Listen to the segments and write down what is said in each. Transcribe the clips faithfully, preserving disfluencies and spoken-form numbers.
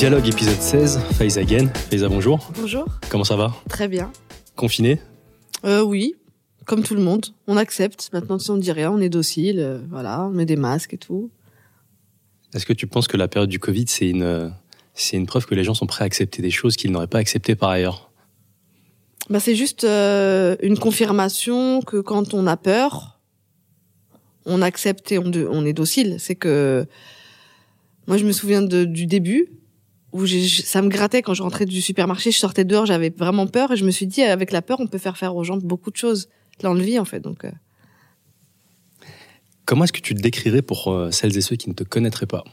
Dialogue épisode seize, Faiza again. Faiza, bonjour. Bonjour. Comment ça va? Très bien. Confiné? Euh, oui, comme tout le monde. On accepte. Maintenant, si on ne dit rien, on est docile. Euh, voilà, on met des masques et tout. Est-ce que tu penses que la période du Covid, c'est une, c'est une preuve que les gens sont prêts à accepter des choses qu'ils n'auraient pas acceptées par ailleurs? Bah, c'est juste euh, une confirmation que quand on a peur, on accepte et on, de, on est docile. C'est que moi, je me souviens de, du début où j'ai, ça me grattait quand je rentrais du supermarché. Je sortais dehors, j'avais vraiment peur et je me suis dit, avec la peur, on peut faire faire aux gens beaucoup de choses. Là, on le vit en fait. Donc, euh... Comment est-ce que tu te décrirais pour euh, celles et ceux qui ne te connaîtraient pas?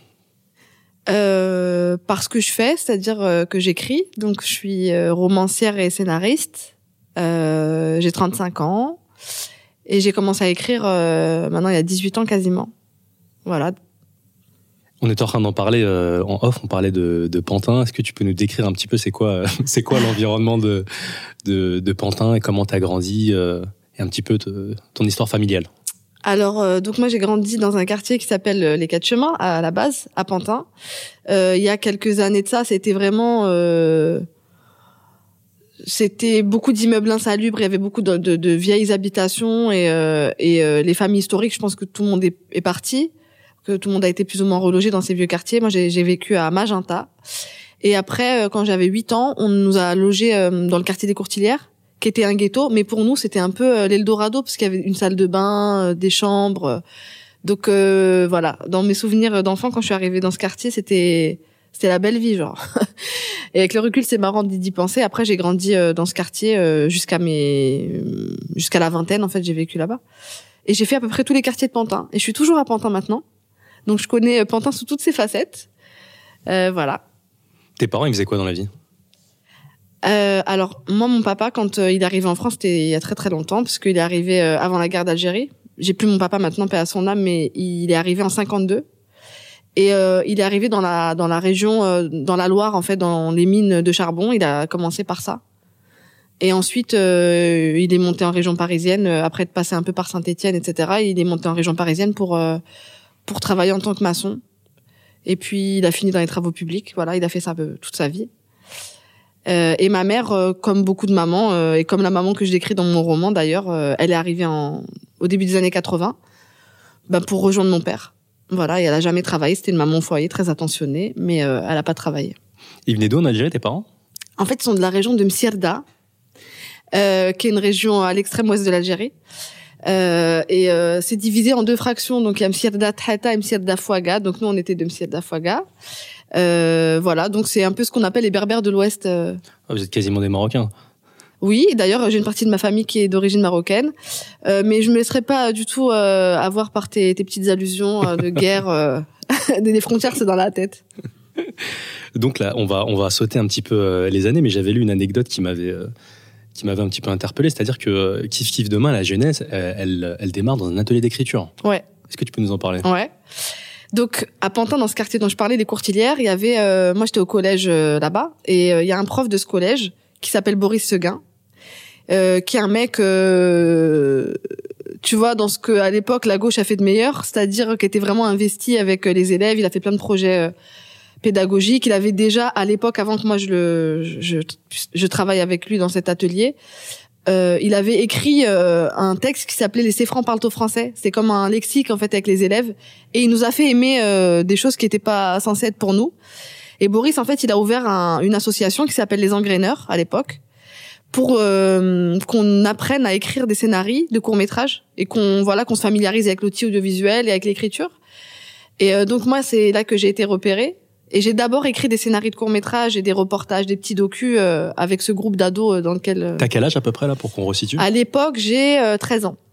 Euh, par ce que je fais, c'est-à-dire euh, que j'écris. Donc, je suis euh, romancière et scénariste. Euh, j'ai trente-cinq ans. Et j'ai commencé à écrire euh, maintenant il y a dix-huit ans quasiment. Voilà. On est en train d'en parler euh, en off, on parlait de, de Pantin. Est-ce que tu peux nous décrire un petit peu c'est quoi, euh, c'est quoi l'environnement de, de, de Pantin et comment tu as grandi euh, et un petit peu te, ton histoire familiale? Alors, euh, donc moi j'ai grandi dans un quartier qui s'appelle euh, les Quatre Chemins à la base, à Pantin. Euh, il y a quelques années de ça, c'était vraiment... Euh, c'était beaucoup d'immeubles insalubres, il y avait beaucoup de, de, de vieilles habitations et, euh, et euh, les familles historiques, je pense que tout le monde est, est parti, que tout le monde a été plus ou moins relogé dans ces vieux quartiers. Moi j'ai, j'ai vécu à Magenta. Et après, euh, quand j'avais huit ans, on nous a logés euh, dans le quartier des Courtilières, qui était un ghetto, mais pour nous c'était un peu euh, l'Eldorado parce qu'il y avait une salle de bain, euh, des chambres. Euh, donc euh, voilà, dans mes souvenirs d'enfant, quand je suis arrivée dans ce quartier, c'était c'était la belle vie, genre. Et avec le recul, c'est marrant d'y penser. Après, j'ai grandi euh, dans ce quartier euh, jusqu'à mes jusqu'à la vingtaine. En fait, j'ai vécu là-bas et j'ai fait à peu près tous les quartiers de Pantin. Et je suis toujours à Pantin maintenant, donc je connais Pantin sous toutes ses facettes. Euh, voilà. Tes parents, ils faisaient quoi dans la vie? Euh, alors moi, mon papa, quand euh, il est arrivé en France, c'était il y a très très longtemps, parce qu'il est arrivé euh, avant la guerre d'Algérie. J'ai plus mon papa maintenant, paix à son âme, mais il est arrivé en cinquante-deux. Et euh, il est arrivé dans la dans la région, euh, dans la Loire, en fait, dans les mines de charbon. Il a commencé par ça. Et ensuite, euh, il est monté en région parisienne, euh, après de passer un peu par Saint-Étienne, et cetera. Il est monté en région parisienne pour euh, pour travailler en tant que maçon. Et puis, il a fini dans les travaux publics. Voilà, il a fait ça un peu toute sa vie. Euh, et ma mère, euh, comme beaucoup de mamans, euh, et comme la maman que je décris dans mon roman d'ailleurs, euh, elle est arrivée en, au début des années quatre-vingts, bah, pour rejoindre mon père. Voilà, et elle a jamais travaillé. C'était une maman au foyer, très attentionnée, mais euh, elle a pas travaillé. Ils venaient d'où en Algérie, tes parents? En fait, ils sont de la région de Msirda, euh, qui est une région à l'extrême ouest de l'Algérie. Euh, et euh, c'est divisé en deux fractions. Donc, il y a Msirda Thata et Msirda Fouaga. Donc, nous, on était de Msirda Fouaga. Euh, voilà, donc c'est un peu ce qu'on appelle les berbères de l'Ouest. Euh... Ah, vous êtes quasiment des Marocains. Oui, d'ailleurs, j'ai une partie de ma famille qui est d'origine marocaine, euh, mais je me laisserai pas du tout euh, avoir par tes, tes petites allusions euh, de guerre. Euh, des frontières, c'est dans la tête. Donc là, on va on va sauter un petit peu euh, les années, mais j'avais lu une anecdote qui m'avait euh, qui m'avait un petit peu interpellé, c'est-à-dire que euh, Kif Kif Demain, la jeunesse, euh, elle elle démarre dans un atelier d'écriture. Ouais. Est-ce que tu peux nous en parler? Ouais. Donc à Pantin, dans ce quartier dont je parlais, les Courtilières, il y avait, euh, moi j'étais au collège euh, là-bas, et euh, il y a un prof de ce collège qui s'appelle Boris Seguin, euh, qui est un mec, euh, tu vois, dans ce que à l'époque la gauche a fait de meilleur, c'est-à-dire qu'il était vraiment investi avec les élèves. Il a fait plein de projets euh, pédagogiques. Il avait déjà à l'époque, avant que moi je le, je, je, je travaille avec lui dans cet atelier. Euh, il avait écrit euh, un texte qui s'appelait Les Céfrans parlent au français. C'est comme un lexique en fait avec les élèves, et il nous a fait aimer euh, des choses qui étaient pas censées être pour nous. Et Boris, en fait, il a ouvert un, une association qui s'appelle Les Engraineurs à l'époque, pour euh, qu'on apprenne à écrire des scénarios de courts-métrages et qu'on voilà qu'on se familiarise avec l'outil audiovisuel et avec l'écriture. Et euh, donc moi, c'est là que j'ai été repérée. Et j'ai d'abord écrit des scénarios de courts-métrages et des reportages, des petits docus euh, avec ce groupe d'ados dans lequel... Euh... T'as quel âge à peu près là pour qu'on resitue? À l'époque, j'ai euh, treize ans.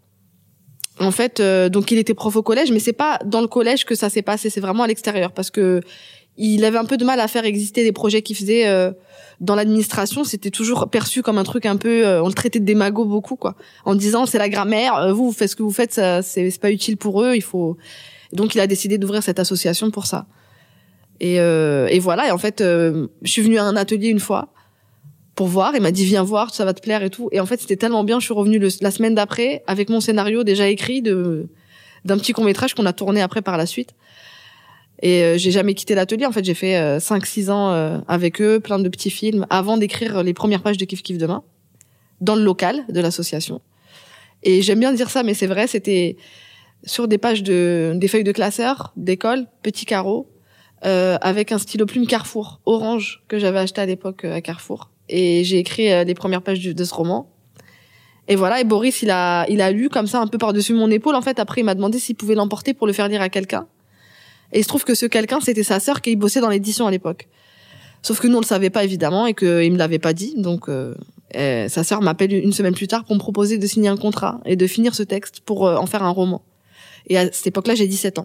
En fait, euh, donc il était prof au collège, mais c'est pas dans le collège que ça s'est passé, c'est vraiment à l'extérieur, parce que il avait un peu de mal à faire exister des projets qu'il faisait euh, dans l'administration. C'était toujours perçu comme un truc un peu... Euh, on le traitait de démago beaucoup, quoi. En disant, c'est la grammaire, euh, vous, vous faites ce que vous faites, ça, c'est, c'est pas utile pour eux, il faut... Donc il a décidé d'ouvrir cette association pour ça. Et, euh, et voilà, et en fait, euh, je suis venue à un atelier une fois pour voir. Il m'a dit, viens voir, ça va te plaire et tout. Et en fait, c'était tellement bien, je suis revenue le, la semaine d'après avec mon scénario déjà écrit de d'un petit court-métrage qu'on a tourné après par la suite. Et euh, j'ai jamais quitté l'atelier. En fait, j'ai fait euh, cinq six ans euh, avec eux, plein de petits films, avant d'écrire les premières pages de Kiff Kiff Demain, dans le local de l'association. Et j'aime bien dire ça, mais c'est vrai, c'était sur des pages de des feuilles de classeur d'école, petits carreaux, euh, avec un stylo plume Carrefour orange que j'avais acheté à l'époque à Carrefour. Et j'ai écrit euh, les premières pages de, de ce roman. Et voilà, et Boris, il a il a lu comme ça un peu par-dessus mon épaule. En fait, après, il m'a demandé s'il pouvait l'emporter pour le faire lire à quelqu'un. Et il se trouve que ce quelqu'un, c'était sa sœur qui bossait dans l'édition à l'époque. Sauf que nous, on le savait pas, évidemment, et qu'il me l'avait pas dit. Donc, euh, euh, sa sœur m'appelle une semaine plus tard pour me proposer de signer un contrat et de finir ce texte pour euh, en faire un roman. Et à cette époque-là, j'ai dix-sept ans.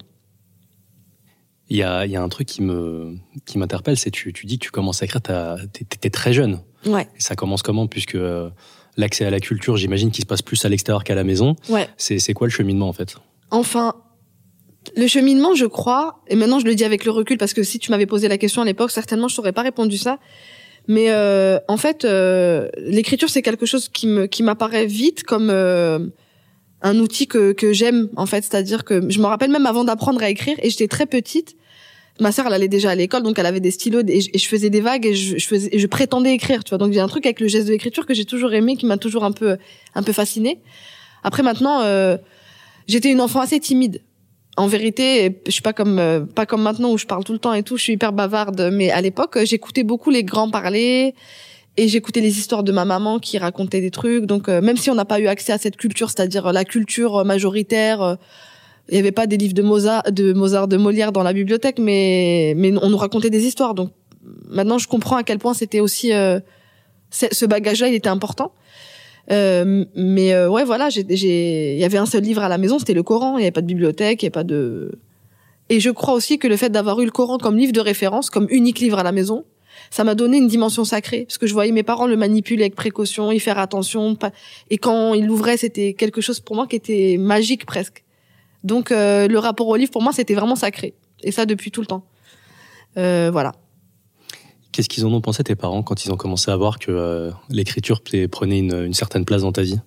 Il y a, il y a un truc qui me, qui m'interpelle, c'est tu, tu dis que tu commences à écrire, t'as, t'es, t'es très jeune. Ouais. Et ça commence comment, puisque euh, l'accès à la culture, j'imagine qu'il se passe plus à l'extérieur qu'à la maison. Ouais. C'est, c'est quoi le cheminement, en fait? Enfin, le cheminement, je crois, et maintenant je le dis avec le recul, parce que si tu m'avais posé la question à l'époque, certainement je t'aurais pas répondu ça. Mais euh, en fait, euh, l'écriture, c'est quelque chose qui me qui m'apparaît vite comme euh, un outil que que j'aime, en fait. C'est-à-dire que je me rappelle même avant d'apprendre à écrire, et j'étais très petite. Ma sœur, elle allait déjà à l'école, donc elle avait des stylos, et je, et je faisais des vagues, et je, je faisais, et je prétendais écrire, tu vois. Donc il y a un truc avec le geste de l'écriture que j'ai toujours aimé, qui m'a toujours un peu un peu fascinée. Après maintenant, euh, j'étais une enfant assez timide. En vérité, je suis pas comme euh, pas comme maintenant où je parle tout le temps et tout, je suis hyper bavarde, mais à l'époque, j'écoutais beaucoup les grands parler et j'écoutais les histoires de ma maman qui racontait des trucs. Donc euh, même si on n'a pas eu accès à cette culture, c'est-à-dire la culture majoritaire, euh, il y avait pas des livres de Mozart de Mozart de Molière dans la bibliothèque, mais mais on nous racontait des histoires. Donc maintenant, je comprends à quel point c'était aussi euh, ce bagage-là, il était important. Euh, mais euh, ouais, voilà, j'ai, j'ai, il y avait un seul livre à la maison, c'était le Coran. Il y avait pas de bibliothèque, il y avait pas de. Et je crois aussi que le fait d'avoir eu le Coran comme livre de référence, comme unique livre à la maison, ça m'a donné une dimension sacrée, parce que je voyais mes parents le manipuler avec précaution, y faire attention, et quand ils l'ouvraient, c'était quelque chose pour moi qui était magique presque. Donc euh, le rapport au livre pour moi, c'était vraiment sacré, et ça depuis tout le temps. Euh, voilà. Qu'est-ce qu'ils en ont pensé, tes parents, quand ils ont commencé à voir que euh, l'écriture prenait une, une certaine place dans ta vie?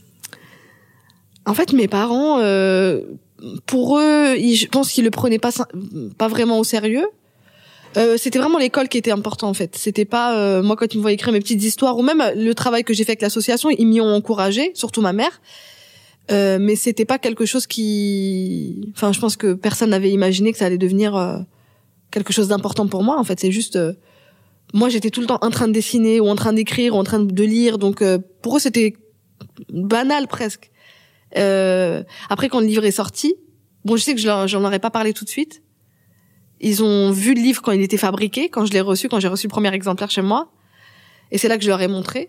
En fait, mes parents, euh, pour eux, ils, je pense qu'ils le prenaient pas pas vraiment au sérieux. Euh, c'était vraiment l'école qui était important, en fait. C'était pas euh, moi, quand ils me voyaient écrire mes petites histoires, ou même le travail que j'ai fait avec l'association, ils m'y ont encouragé, surtout ma mère. Euh, mais c'était pas quelque chose qui, enfin, je pense que personne n'avait imaginé que ça allait devenir euh, quelque chose d'important pour moi. En fait, c'est juste euh, moi, j'étais tout le temps en train de dessiner ou en train d'écrire ou en train de lire, donc euh, pour eux, c'était banal presque. Euh, après, quand le livre est sorti, bon, je sais que je leur, j'en aurais pas parlé tout de suite. Ils ont vu le livre quand il était fabriqué, quand je l'ai reçu, quand j'ai reçu le premier exemplaire chez moi, et c'est là que je leur ai montré.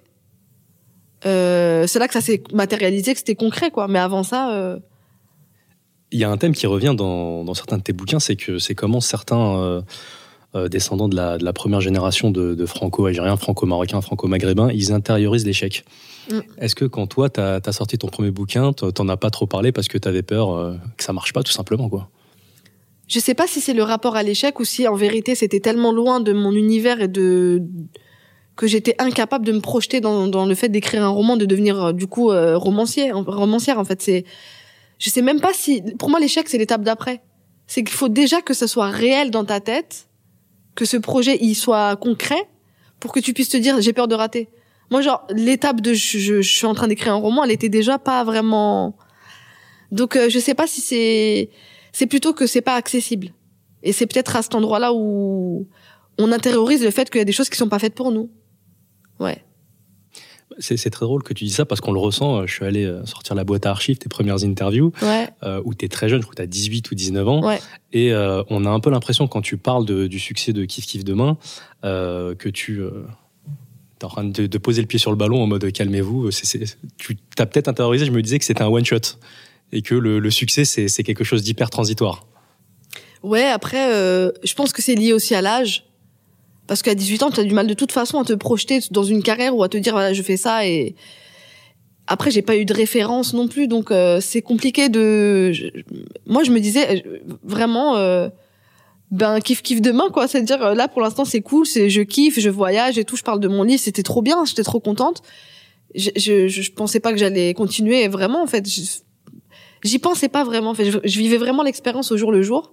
Euh, c'est là que ça s'est matérialisé, que c'était concret, quoi. Mais avant ça, euh... il y a un thème qui revient dans, dans certains de tes bouquins, c'est que c'est comment certains euh, euh, descendants de la, de la première génération de, de franco-algériens, franco-marocains, franco-maghrébins, ils intériorisent l'échec. Mm. Est-ce que quand toi, t'as, t'as sorti ton premier bouquin, t'en as pas trop parlé parce que t'avais peur euh, que ça marche pas, tout simplement, quoi? Je sais pas si c'est le rapport à l'échec ou si en vérité c'était tellement loin de mon univers et de que j'étais incapable de me projeter dans, dans le fait d'écrire un roman, de devenir du coup euh, romancier, romancière. En fait, c'est, je sais même pas si, pour moi l'échec c'est l'étape d'après. C'est qu'il faut déjà que ça soit réel dans ta tête, que ce projet il soit concret, pour que tu puisses te dire j'ai peur de rater. Moi, genre l'étape de je, je, je suis en train d'écrire un roman, elle était déjà pas vraiment. Donc euh, je sais pas si c'est c'est plutôt que c'est pas accessible. Et c'est peut-être à cet endroit-là où on intériorise le fait qu'il y a des choses qui sont pas faites pour nous. Ouais. C'est, c'est très drôle que tu dis ça parce qu'on le ressent. Je suis allé sortir la boîte à archives, tes premières interviews, ouais. euh, où t'es très jeune, je crois que t'as dix-huit ou dix-neuf ans. Ouais. Et euh, on a un peu l'impression, quand tu parles de, du succès de Kiff Kiff Demain, euh, que tu... Euh, t'es en train de, de poser le pied sur le ballon en mode calmez-vous. C'est, c'est, tu t'as peut-être intériorisé, je me disais que c'était un one-shot. Et que le, le succès, c'est, c'est quelque chose d'hyper transitoire. Ouais, après, euh, je pense que c'est lié aussi à l'âge. Parce qu'à dix-huit ans, tu as du mal de toute façon à te projeter dans une carrière ou à te dire, voilà, je fais ça. Et après, j'ai pas eu de référence non plus. Donc, euh, c'est compliqué de... Je... Moi, je me disais, vraiment, euh, ben, kiff, kiff demain, quoi. C'est-à-dire, là, pour l'instant, c'est cool, c'est, je kiffe, je voyage et tout, je parle de mon livre, c'était trop bien, j'étais trop contente. Je, je, je pensais pas que j'allais continuer, vraiment, en fait. Je... J'y pensais pas vraiment. En fait, je, je vivais vraiment l'expérience au jour le jour.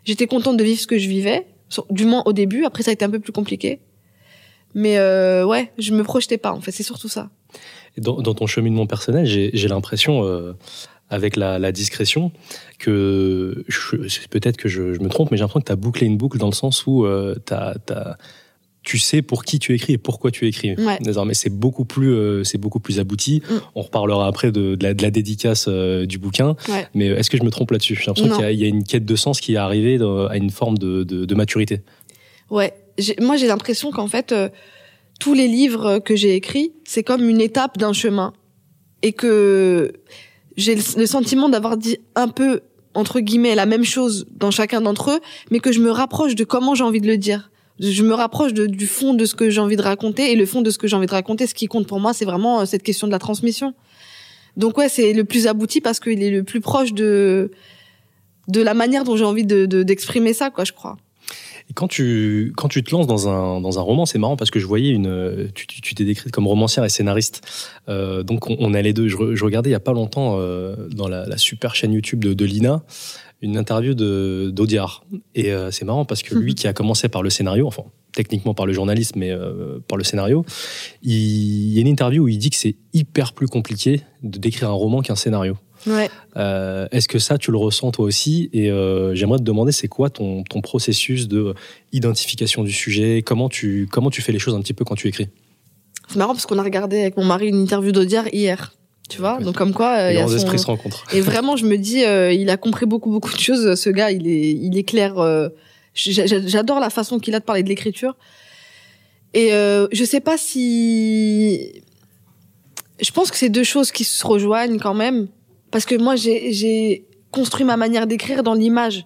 J'étais contente de vivre ce que je vivais, du moins au début. Après, ça a été un peu plus compliqué. Mais euh, ouais, je me projetais pas, en fait. C'est surtout ça. Dans, dans ton cheminement personnel, j'ai, j'ai l'impression, euh, avec la, la discrétion, que je, peut-être que je, je me trompe, mais j'ai l'impression que tu as bouclé une boucle dans le sens où euh, t'as, t'as, tu sais pour qui tu écris et pourquoi tu écris. Ouais. Désormais, c'est beaucoup plus, euh, c'est beaucoup plus abouti. Mm. On reparlera après de, de, la, de la dédicace euh, du bouquin. Ouais. Mais est-ce que je me trompe là-dessus ? J'ai l'impression non. qu'il y a, il y a une quête de sens qui est arrivée de, à une forme de, de, de maturité. Ouais. J'ai, moi, j'ai l'impression qu'en fait, euh, tous les livres que j'ai écrits, c'est comme une étape d'un chemin. Et que j'ai le, le sentiment d'avoir dit un peu, entre guillemets, la même chose dans chacun d'entre eux, mais que je me rapproche de comment j'ai envie de le dire. Je me rapproche de, du fond de ce que j'ai envie de raconter, et le fond de ce que j'ai envie de raconter, ce qui compte pour moi, c'est vraiment cette question de la transmission. Donc ouais, c'est le plus abouti parce qu'il est le plus proche de de la manière dont j'ai envie de, de d'exprimer ça, quoi, je crois. Et quand tu quand tu te lances dans un dans un roman, c'est marrant parce que je voyais une tu tu, tu t'es décrite comme romancière et scénariste. Euh, donc on, on a les deux. Je, je regardais il y a pas longtemps euh, dans la, la super chaîne YouTube de, de Lina une interview de d'Audiard. Et euh, c'est marrant parce que lui qui a commencé par le scénario, enfin techniquement par le journalisme, mais euh, par le scénario, il, il y a une interview où il dit que c'est hyper plus compliqué de d'écrire un roman qu'un scénario. Ouais. Euh, est-ce que ça, tu le ressens toi aussi ? Et euh, j'aimerais te demander, c'est quoi ton, ton processus de identification du sujet ? Comment tu, comment tu fais les choses un petit peu quand tu écris ? C'est marrant parce qu'on a regardé avec mon mari une interview d'Audiard hier. Tu vois, donc comme quoi euh, les grands son... esprits se rencontrent. Et vraiment, je me dis, euh, il a compris beaucoup beaucoup de choses. Ce gars, il est, il est clair. Euh... J'adore la façon qu'il a de parler de l'écriture. Et euh, je sais pas si, je pense que c'est deux choses qui se rejoignent quand même, parce que moi, j'ai, j'ai construit ma manière d'écrire dans l'image,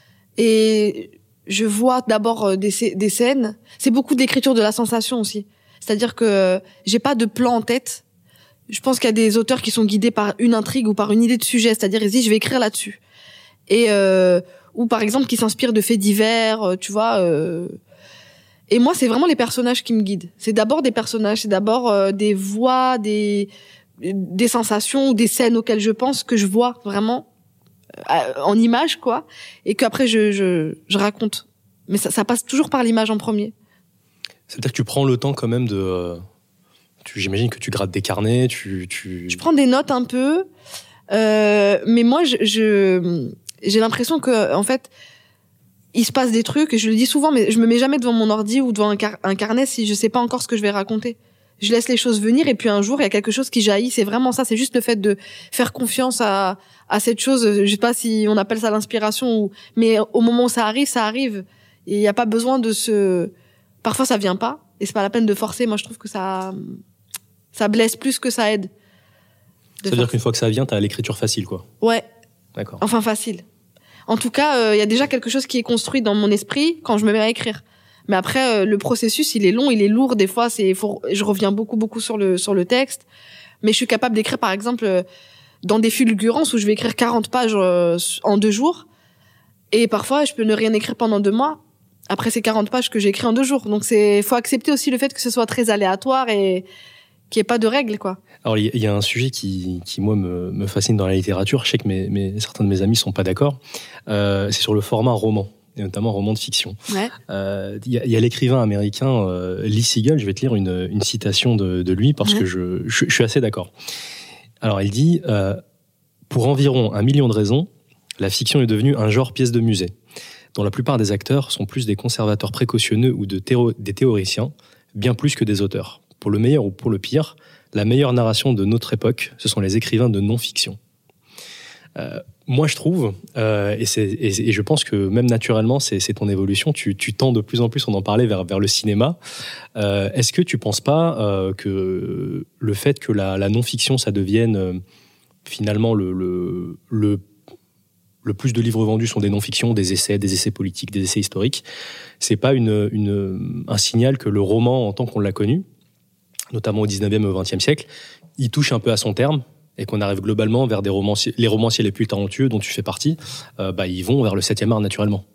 et je vois d'abord des, des scènes. C'est beaucoup d'écriture de la sensation aussi. C'est-à-dire que j'ai pas de plan en tête. Je pense qu'il y a des auteurs qui sont guidés par une intrigue ou par une idée de sujet, c'est-à-dire ils disent je vais écrire là-dessus, et euh, ou par exemple qui s'inspirent de faits divers, tu vois. Euh... Et moi, c'est vraiment les personnages qui me guident. C'est d'abord des personnages, c'est d'abord euh, des voix, des des sensations ou des scènes auxquelles je pense, que je vois vraiment euh, en image, quoi, et qu'après je je je raconte. Mais ça ça passe toujours par l'image en premier. C'est-à-dire que tu prends le temps quand même de euh... Tu, j'imagine que tu grattes des carnets, tu, tu... Je prends des notes un peu, euh, mais moi, je, je, j'ai l'impression que, en fait, il se passe des trucs, et je le dis souvent, mais je me mets jamais devant mon ordi ou devant un, car- un carnet si je sais pas encore ce que je vais raconter. Je laisse les choses venir, et puis un jour, il y a quelque chose qui jaillit. C'est vraiment ça, c'est juste le fait de faire confiance à, à cette chose. Je sais pas si on appelle ça l'inspiration, ou, mais au moment où ça arrive, ça arrive. Et il y a pas besoin de se, parfois ça vient pas, et c'est pas la peine de forcer. Moi, je trouve que ça, ça blesse plus que ça aide. Ça veut dire qu'une fois que ça vient, t'as l'écriture facile, quoi. Ouais. D'accord. Enfin, facile. En tout cas, il euh, y a déjà quelque chose qui est construit dans mon esprit quand je me mets à écrire. Mais après, euh, le processus, il est long, il est lourd. Des fois, c'est, faut, je reviens beaucoup, beaucoup sur le, sur le texte. Mais je suis capable d'écrire, par exemple, euh, dans des fulgurances où je vais écrire quarante pages euh, en deux jours. Et parfois, je peux ne rien écrire pendant deux mois. Après ces quarante pages que j'ai écrites en deux jours. Donc, c'est, faut accepter aussi le fait que ce soit très aléatoire et qu'il n'y ait pas de règles, quoi. Alors, il y a un sujet qui, qui moi, me, me fascine dans la littérature. Je sais que mes, mes, certains de mes amis sont pas d'accord. Euh, c'est sur le format roman, et notamment roman de fiction. Ouais. Euh, il y a, il y a l'écrivain américain euh, Lee Siegel. Je vais te lire une, une citation de, de lui parce ouais. que je, je, je suis assez d'accord. Alors, il dit euh, « Pour environ un million de raisons, la fiction est devenue un genre pièce de musée, dont la plupart des acteurs sont plus des conservateurs précautionneux ou de théo- des théoriciens, bien plus que des auteurs. Pour le meilleur ou pour le pire, la meilleure narration de notre époque, ce sont les écrivains de non-fiction. Euh, » Moi, je trouve, euh, et, c'est, et, et je pense que même naturellement, c'est, c'est ton évolution, tu, tu tends de plus en plus, on en parlait, vers, vers le cinéma. Euh, est-ce que tu penses pas euh, que le fait que la, la non-fiction, ça devienne euh, finalement le, le, le, le plus de livres vendus sont des non-fictions, des essais, des essais politiques, des essais historiques, c'est pas une, une, un signal que le roman, en tant qu'on l'a connu, notamment au dix-neuvième et au vingtième siècle, il touche un peu à son terme, et qu'on arrive globalement vers des romanciers, les romanciers les plus talentueux dont tu fais partie, euh, bah, ils vont vers le septième art naturellement.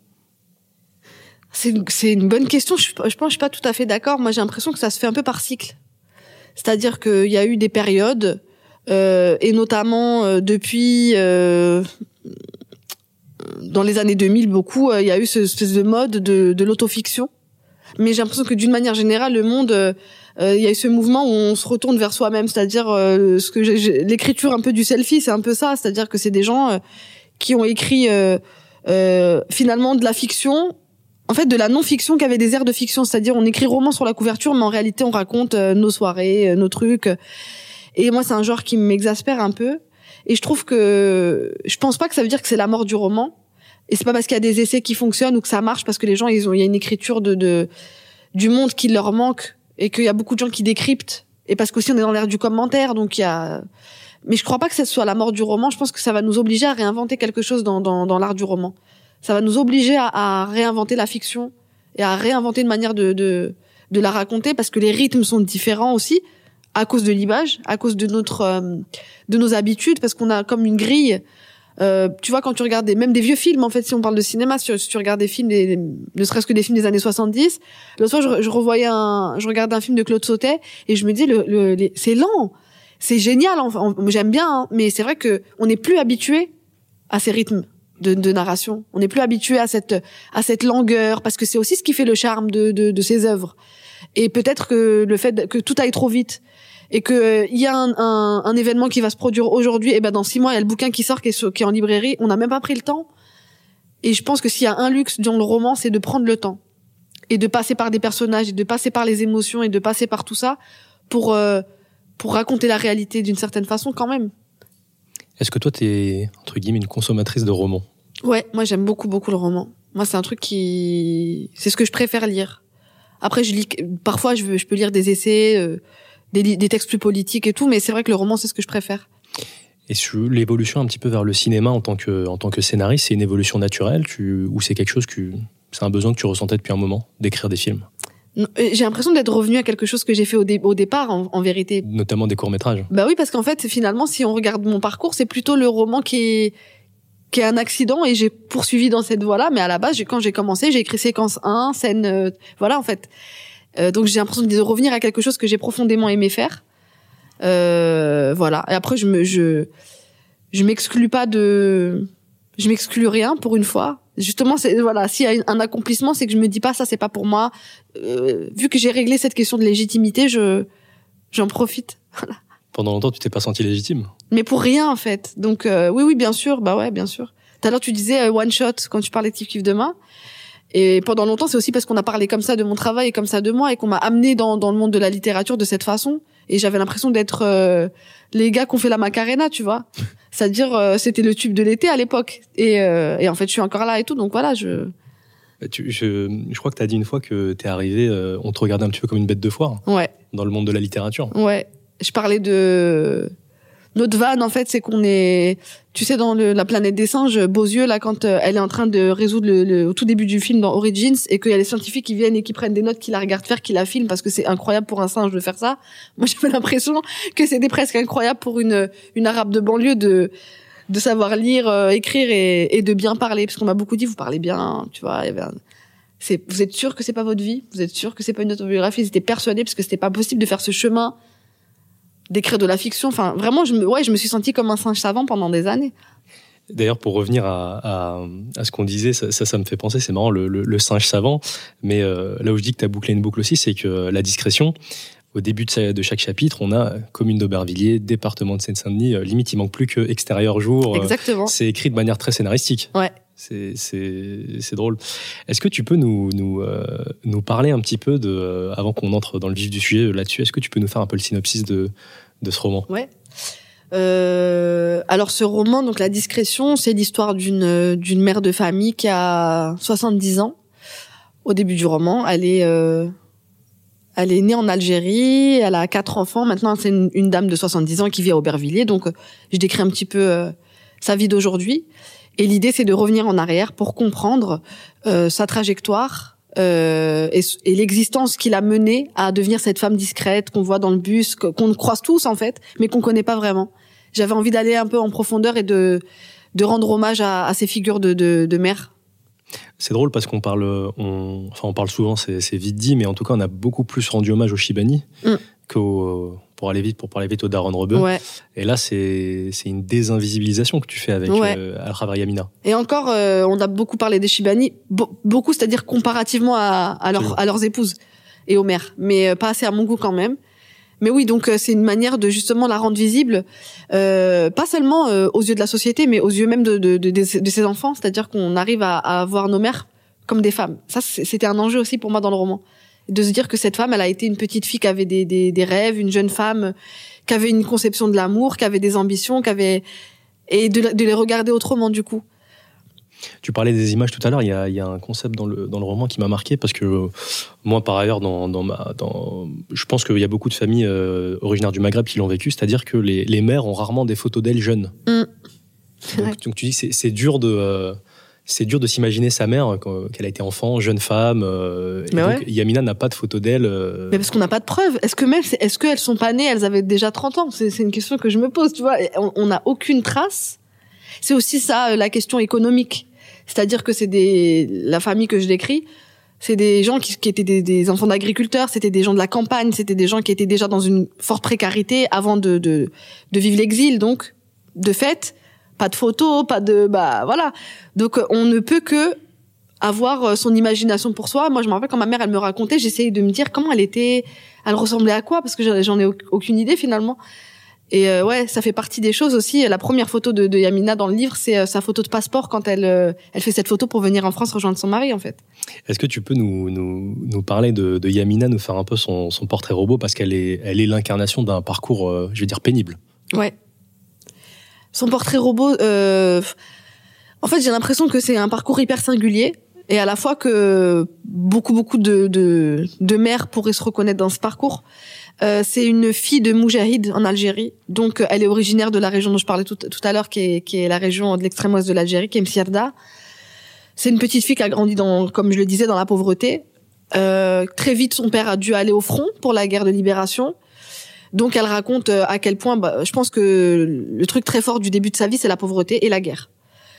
C'est une, c'est une bonne question. Je, je pense que je suis pas tout à fait d'accord. Moi, j'ai l'impression que ça se fait un peu par cycle. C'est-à-dire qu'il y a eu des périodes, euh, et notamment euh, depuis, euh, dans les années deux mille, beaucoup, il y a eu ce espèce de mode de, de l'autofiction. Mais j'ai l'impression que d'une manière générale, le monde, euh, il y a eu ce mouvement où on se retourne vers soi-même, c'est-à-dire euh, ce que j'ai, j'ai, l'écriture un peu du selfie, c'est un peu ça, c'est-à-dire que c'est des gens euh, qui ont écrit euh, euh, finalement de la fiction, en fait de la non-fiction qui avait des airs de fiction, c'est-à-dire on écrit roman sur la couverture, mais en réalité on raconte euh, nos soirées, euh, nos trucs. Et moi c'est un genre qui m'exaspère un peu, et je trouve que je pense pas que ça veut dire que c'est la mort du roman. Et c'est pas parce qu'il y a des essais qui fonctionnent ou que ça marche parce que les gens, ils ont, il y a une écriture de, de, du monde qui leur manque et qu'il y a beaucoup de gens qui décryptent. Et parce qu'aussi on est dans l'ère du commentaire, donc il y a, mais je crois pas que ce soit la mort du roman. Je pense que ça va nous obliger à réinventer quelque chose dans, dans, dans l'art du roman. Ça va nous obliger à, à réinventer la fiction et à réinventer une manière de, de, de la raconter parce que les rythmes sont différents aussi à cause de l'image, à cause de notre, euh, de nos habitudes, parce qu'on a comme une grille. Euh, tu vois, quand tu regardes des, même des vieux films, en fait, si on parle de cinéma, si tu, si tu regardes des films, des, ne serait-ce que des films des années soixante-dix, l'autre fois, je, je revoyais un, je regardais un film de Claude Sautet et je me dis, le, le, les, c'est lent, c'est génial, enfin, j'aime bien, hein, mais c'est vrai que on n'est plus habitué à ces rythmes de, de narration. On n'est plus habitué à cette, à cette langueur, parce que c'est aussi ce qui fait le charme de, de, de ces œuvres. Et peut-être que le fait que tout aille trop vite, et que euh, il y a un, un, un événement qui va se produire aujourd'hui, et ben dans six mois il y a le bouquin qui sort qui est, sur, qui est en librairie, on n'a même pas pris le temps. Et je pense que s'il y a un luxe dans le roman, c'est de prendre le temps et de passer par des personnages et de passer par les émotions et de passer par tout ça pour euh, pour raconter la réalité d'une certaine façon quand même. Est-ce que toi t'es entre guillemets une consommatrice de romans? Ouais, moi j'aime beaucoup beaucoup le roman. Moi c'est un truc qui, c'est ce que je préfère lire. Après je lis, parfois je, veux, je peux lire des essais. Euh, Des, des textes plus politiques et tout, mais c'est vrai que le roman, c'est ce que je préfère. Et sur l'évolution un petit peu vers le cinéma en tant que, en tant que scénariste, c'est une évolution naturelle tu, ou c'est quelque chose que c'est un besoin que tu ressentais depuis un moment, d'écrire des films? J'ai l'impression d'être revenue à quelque chose que j'ai fait au, dé, au départ, en, en vérité. Notamment des courts-métrages. Bah oui, parce qu'en fait, finalement, si on regarde mon parcours, c'est plutôt le roman qui est, qui est un accident et j'ai poursuivi dans cette voie-là, mais à la base, j'ai, quand j'ai commencé, j'ai écrit séquence un, scène, euh, voilà, en fait. Euh, donc j'ai l'impression de revenir à quelque chose que j'ai profondément aimé faire. Euh, voilà. Et après je me je je m'exclus pas de je m'exclus rien pour une fois. Justement c'est voilà, s'il y a un accomplissement, c'est que je me dis pas ça c'est pas pour moi. Euh, vu que j'ai réglé cette question de légitimité, je j'en profite. Voilà. Pendant longtemps, tu t'es pas senti légitime? Mais pour rien en fait. Donc euh, oui oui, bien sûr, bah ouais, bien sûr. Tout à l'heure tu disais euh, one shot quand tu parlais de Kiff Kiff Demain. Et pendant longtemps, c'est aussi parce qu'on a parlé comme ça de mon travail et comme ça de moi et qu'on m'a amené dans, dans le monde de la littérature de cette façon. Et j'avais l'impression d'être euh, les gars qui ont fait la Macarena, tu vois. C'est-à-dire, euh, c'était le tube de l'été à l'époque. Et, euh, et en fait, je suis encore là et tout. Donc voilà, je... Tu, je, je crois que tu as dit une fois que t'es arrivé, euh, on te regardait un petit peu comme une bête de foire. Ouais. Dans le monde de la littérature. Ouais. Je parlais de... Notre vanne, en fait, c'est qu'on est, tu sais, dans le, la planète des singes, Beauzieux, là, quand euh, elle est en train de résoudre le, le, au tout début du film dans Origins, et qu'il y a les scientifiques qui viennent et qui prennent des notes, qui la regardent faire, qui la filment, parce que c'est incroyable pour un singe de faire ça. Moi, j'avais l'impression que c'était presque incroyable pour une, une arabe de banlieue de, de savoir lire, euh, écrire et, et de bien parler, parce qu'on m'a beaucoup dit, vous parlez bien, tu vois, il y avait un... c'est, vous êtes sûr que c'est pas votre vie? Vous êtes sûr que c'est pas une autobiographie? Ils étaient persuadés, parce que c'était pas possible de faire ce chemin d'écrire de la fiction. Enfin, vraiment, je me, ouais, je me suis sentie comme un singe savant pendant des années. D'ailleurs, pour revenir à, à, à ce qu'on disait, ça, ça, ça me fait penser, c'est marrant, le, le, le singe savant. Mais euh, là où je dis que tu as bouclé une boucle aussi, c'est que la discrétion, au début de, de chaque chapitre, on a commune d'Aubervilliers, département de Seine-Saint-Denis, euh, limite, il manque plus que extérieur jour. Exactement. Euh, c'est écrit de manière très scénaristique. Ouais. C'est, c'est, c'est drôle. Est-ce que tu peux nous, nous, euh, nous parler un petit peu, de, euh, avant qu'on entre dans le vif du sujet là-dessus, est-ce que tu peux nous faire un peu le synopsis de, de ce roman? Ouais. Euh, alors ce roman, donc La Discrétion, c'est l'histoire d'une d'une mère de famille qui a soixante-dix ans au début du roman. Elle est euh, elle est née en Algérie, elle a quatre enfants. Maintenant, c'est une, une dame de soixante-dix ans qui vit à Aubervilliers. Donc, euh, je décris un petit peu euh, sa vie d'aujourd'hui. Et l'idée, c'est de revenir en arrière pour comprendre euh, sa trajectoire euh, et, et l'existence qui l'a menée à devenir cette femme discrète qu'on voit dans le bus, qu'on croise tous en fait, mais qu'on connaît pas vraiment. J'avais envie d'aller un peu en profondeur et de de rendre hommage à, à ces figures de, de, de mères. C'est drôle parce qu'on parle, on, enfin on parle souvent, c'est, c'est vite dit, mais en tout cas on a beaucoup plus rendu hommage au Shibani mm. qu'au pour aller vite, pour parler vite au daron rebeu. Ouais. Et là, c'est, c'est une désinvisibilisation que tu fais avec, ouais. euh, à travers Yamina. Et encore, euh, on a beaucoup parlé des Chibani, Be- beaucoup, c'est-à-dire comparativement à, à, leur, à leurs épouses et aux mères, mais euh, pas assez à mon goût quand même. Mais oui, donc euh, c'est une manière de justement la rendre visible, euh, pas seulement euh, aux yeux de la société, mais aux yeux même de, de, de, de, de ses enfants, c'est-à-dire qu'on arrive à, à voir nos mères comme des femmes. Ça, c'était un enjeu aussi pour moi dans le roman. De se dire que cette femme, elle a été une petite fille qui avait des, des, des rêves, une jeune femme qui avait une conception de l'amour, qui avait des ambitions, qui avait... et de, de les regarder autrement du coup. Tu parlais des images tout à l'heure, il y a, il y a un concept dans le, dans le roman qui m'a marqué parce que euh, moi, par ailleurs, dans, dans ma, dans, je pense qu'il y a beaucoup de familles euh, originaires du Maghreb qui l'ont vécu, c'est-à-dire que les, les mères ont rarement des photos d'elles jeunes. Mmh. Donc, donc tu dis, c'est, c'est dur de... Euh, c'est dur de s'imaginer sa mère, qu'elle a été enfant, jeune femme. Euh, et donc, ouais. Yamina n'a pas de photo d'elle. Euh... Mais parce qu'on n'a pas de preuves. Est-ce que même, est-ce qu'elles sont pas nées, elles avaient déjà trente ans? C'est, c'est une question que je me pose, tu vois. On n'a aucune trace. C'est aussi ça, la question économique. C'est-à-dire que c'est des, la famille que je décris, c'est des gens qui, qui étaient des, des enfants d'agriculteurs, c'était des gens de la campagne, c'était des gens qui étaient déjà dans une forte précarité avant de, de, de vivre l'exil. Donc, de fait, pas de photos, pas de, bah, voilà. Donc, on ne peut que avoir son imagination pour soi. Moi, je me rappelle quand ma mère, elle me racontait, j'essayais de me dire comment elle était, elle ressemblait à quoi, parce que j'en ai aucune idée finalement. Et euh, ouais, ça fait partie des choses aussi. La première photo de, de Yamina dans le livre, c'est euh, sa photo de passeport quand elle, euh, elle fait cette photo pour venir en France rejoindre son mari, en fait. Est-ce que tu peux nous, nous, nous parler de, de Yamina, nous faire un peu son, son portrait robot, parce qu'elle est, elle est l'incarnation d'un parcours, euh, je vais dire, pénible. Ouais. Son portrait robot, euh, en fait, j'ai l'impression que c'est un parcours hyper singulier, et à la fois que beaucoup, beaucoup de, de, de mères pourraient se reconnaître dans ce parcours. Euh, c'est une fille de Moujahid en Algérie, donc elle est originaire de la région dont je parlais tout, tout à l'heure, qui est, qui est la région de l'extrême ouest de l'Algérie, qui est Msirda. C'est une petite fille qui a grandi dans, comme je le disais, dans la pauvreté. Euh, très vite, son père a dû aller au front pour la guerre de libération. Donc elle raconte à quel point, bah, je pense que le truc très fort du début de sa vie, c'est la pauvreté et la guerre.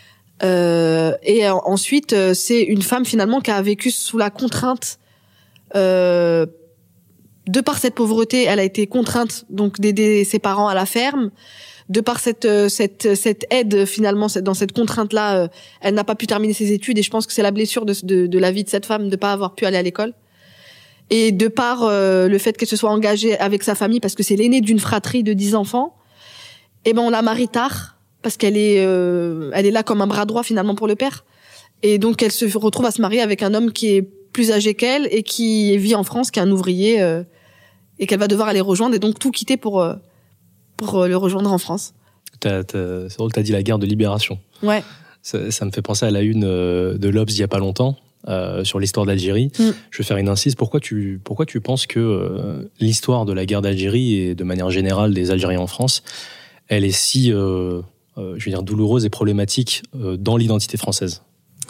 Euh, et ensuite, c'est une femme finalement qui a vécu sous la contrainte. Euh, De par cette pauvreté, elle a été contrainte donc d'aider ses parents à la ferme. De par cette cette cette aide finalement dans cette contrainte là, elle n'a pas pu terminer ses études et je pense que c'est la blessure de de, de la vie de cette femme de pas avoir pu aller à l'école. Et de par euh, le fait qu'elle se soit engagée avec sa famille parce que c'est l'aînée d'une fratrie de dix enfants, et ben on la marie tard parce qu'elle est euh, elle est là comme un bras droit finalement pour le père. Et donc elle se retrouve à se marier avec un homme qui est plus âgé qu'elle et qui vit en France, qui est un ouvrier, euh, et qu'elle va devoir aller rejoindre et donc tout quitter pour euh, pour le rejoindre en France. T'as, t'as, c'est drôle, t'as dit la guerre de libération. Ouais. Ça, ça me fait penser à la une de l'Obs il y a pas longtemps euh, sur l'histoire d'Algérie. Mm. Je vais faire une incise. Pourquoi tu pourquoi tu penses que euh, l'histoire de la guerre d'Algérie et de manière générale des Algériens en France, elle est si euh, euh, je veux dire douloureuse et problématique euh, dans l'identité française?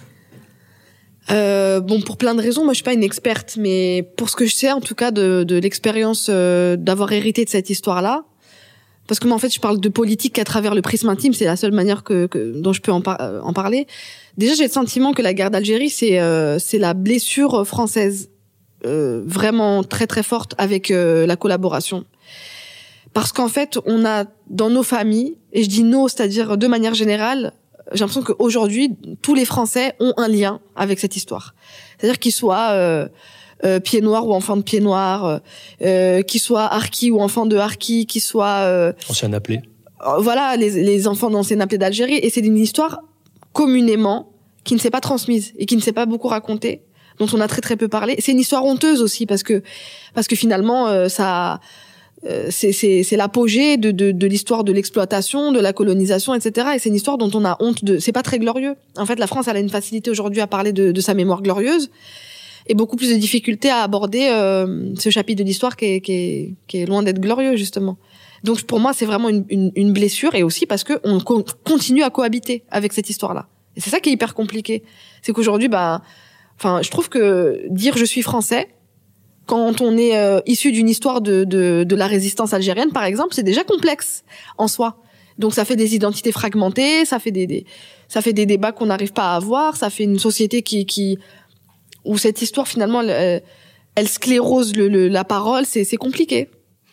Euh, bon, pour plein de raisons, moi je suis pas une experte, mais pour ce que je sais en tout cas de, de l'expérience euh, d'avoir hérité de cette histoire-là, parce que moi en fait je parle de politique qu'à travers le prisme intime, c'est la seule manière que, que dont je peux en, par- en parler. Déjà j'ai le sentiment que la guerre d'Algérie c'est euh, c'est la blessure française euh, vraiment très très forte avec euh, la collaboration, parce qu'en fait on a dans nos familles, et je dis nos, c'est-à-dire de manière générale, j'ai l'impression qu'aujourd'hui, tous les Français ont un lien avec cette histoire. C'est-à-dire qu'ils soient euh, euh, pieds noirs ou enfants de pieds noirs, euh, qu'ils soient harkis ou enfants de harkis, qu'ils soient... Euh, anciens appelés. Euh, voilà, les, les enfants d'anciens appelés d'Algérie. Et c'est une histoire communément qui ne s'est pas transmise et qui ne s'est pas beaucoup racontée, dont on a très très peu parlé. C'est une histoire honteuse aussi parce que, parce que finalement, euh, ça... Euh, c'est, c'est, c'est l'apogée de, de, de l'histoire de l'exploitation, de la colonisation, et cetera. Et c'est une histoire dont on a honte de... C'est pas très glorieux. En fait, la France, elle a une facilité aujourd'hui à parler de, de sa mémoire glorieuse et beaucoup plus de difficultés à aborder euh, ce chapitre de l'histoire qui est, qui est, qui est loin d'être glorieux, justement. Donc, pour moi, c'est vraiment une, une, une blessure, et aussi parce que on co- continue à cohabiter avec cette histoire-là. Et c'est ça qui est hyper compliqué. C'est qu'aujourd'hui, bah, enfin, je trouve que dire je suis français, quand on est euh, issu d'une histoire de, de, de la résistance algérienne, par exemple, c'est déjà complexe en soi. Donc ça fait des identités fragmentées, ça fait des, des ça fait des débats qu'on n'arrive pas à avoir, ça fait une société qui qui où cette histoire finalement elle, elle sclérose le, le, la parole, c'est c'est compliqué.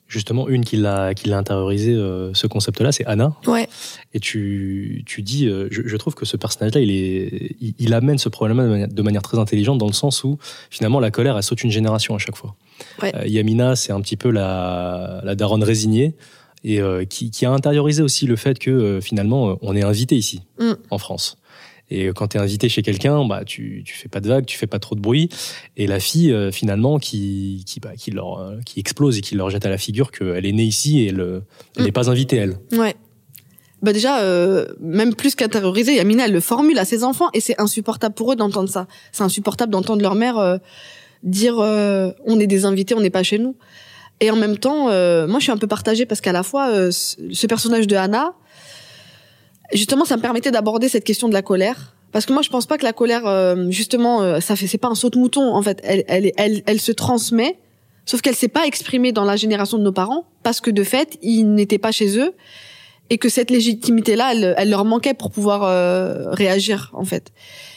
justement une qui l'a qui l'a intériorisé euh, ce concept-là, c'est Anna. Ouais. Et tu tu dis, euh, je, je trouve que ce personnage-là, il est il, il amène ce problème-là de manière, de manière très intelligente dans le sens où finalement la colère, elle saute une génération à chaque fois. Ouais. Euh, Yamina, c'est un petit peu la la daronne résignée et euh, qui qui a intériorisé aussi le fait que euh, finalement on est invité ici mm. en France. Et quand t'es invité chez quelqu'un, bah tu tu fais pas de vagues, tu fais pas trop de bruit. Et la fille euh, finalement qui qui bah, qui leur euh, qui explose et qui leur jette à la figure qu'elle est née ici et elle elle n'est mm. pas invitée elle. Ouais. Bah déjà euh, même plus qu'intériorisée, Yamina elle le formule à ses enfants et c'est insupportable pour eux d'entendre ça. C'est insupportable d'entendre leur mère euh, dire euh, on est des invités, on n'est pas chez nous. Et en même temps, euh, moi je suis un peu partagée parce qu'à la fois euh, ce personnage de Anna, justement, ça me permettait d'aborder cette question de la colère, parce que moi, je pense pas que la colère, euh, justement, euh, ça fait, c'est pas un saute-mouton. En fait, elle, elle, elle, elle se transmet, sauf qu'elle s'est pas exprimée dans la génération de nos parents, parce que de fait, ils n'étaient pas chez eux, et que cette légitimité-là, elle, elle leur manquait pour pouvoir euh, réagir, en fait.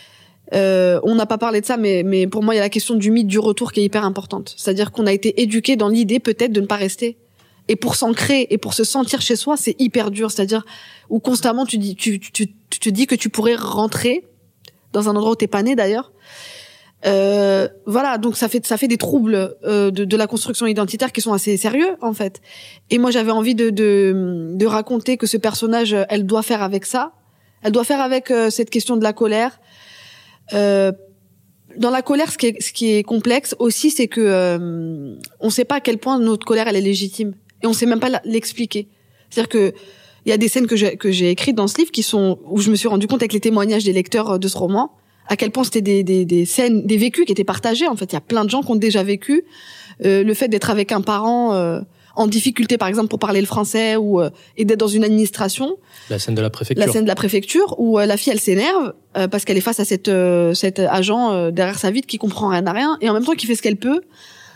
Euh, on n'a pas parlé de ça, mais, mais pour moi, il y a la question du mythe du retour qui est hyper importante. C'est-à-dire qu'on a été éduqués dans l'idée peut-être de ne pas rester. Et pour s'ancrer et pour se sentir chez soi, c'est hyper dur. C'est-à-dire où constamment tu dis, tu, tu, tu te dis que tu pourrais rentrer dans un endroit où t'es pas né d'ailleurs. Euh, voilà, donc ça fait ça fait des troubles euh, de, de la construction identitaire qui sont assez sérieux en fait. Et moi j'avais envie de, de de raconter que ce personnage, elle doit faire avec ça. Elle doit faire avec euh, cette question de la colère. Euh, Dans la colère, ce qui est, ce qui est complexe aussi, c'est que euh, on sait pas à quel point notre colère elle est légitime et on sait même pas l'expliquer. C'est-à-dire que il y a des scènes que j'ai que j'ai écrites dans ce livre qui sont où je me suis rendu compte avec les témoignages des lecteurs de ce roman à quel point c'était des des des scènes, des vécus qui étaient partagés. En fait, il y a plein de gens qui ont déjà vécu euh, le fait d'être avec un parent euh, en difficulté, par exemple, pour parler le français ou euh, et d'être dans une administration. La scène de la préfecture. La scène de la préfecture où euh, la fille elle s'énerve euh, parce qu'elle est face à cette euh, cet agent euh, derrière sa vitre qui comprend rien à rien et en même temps qui fait ce qu'elle peut.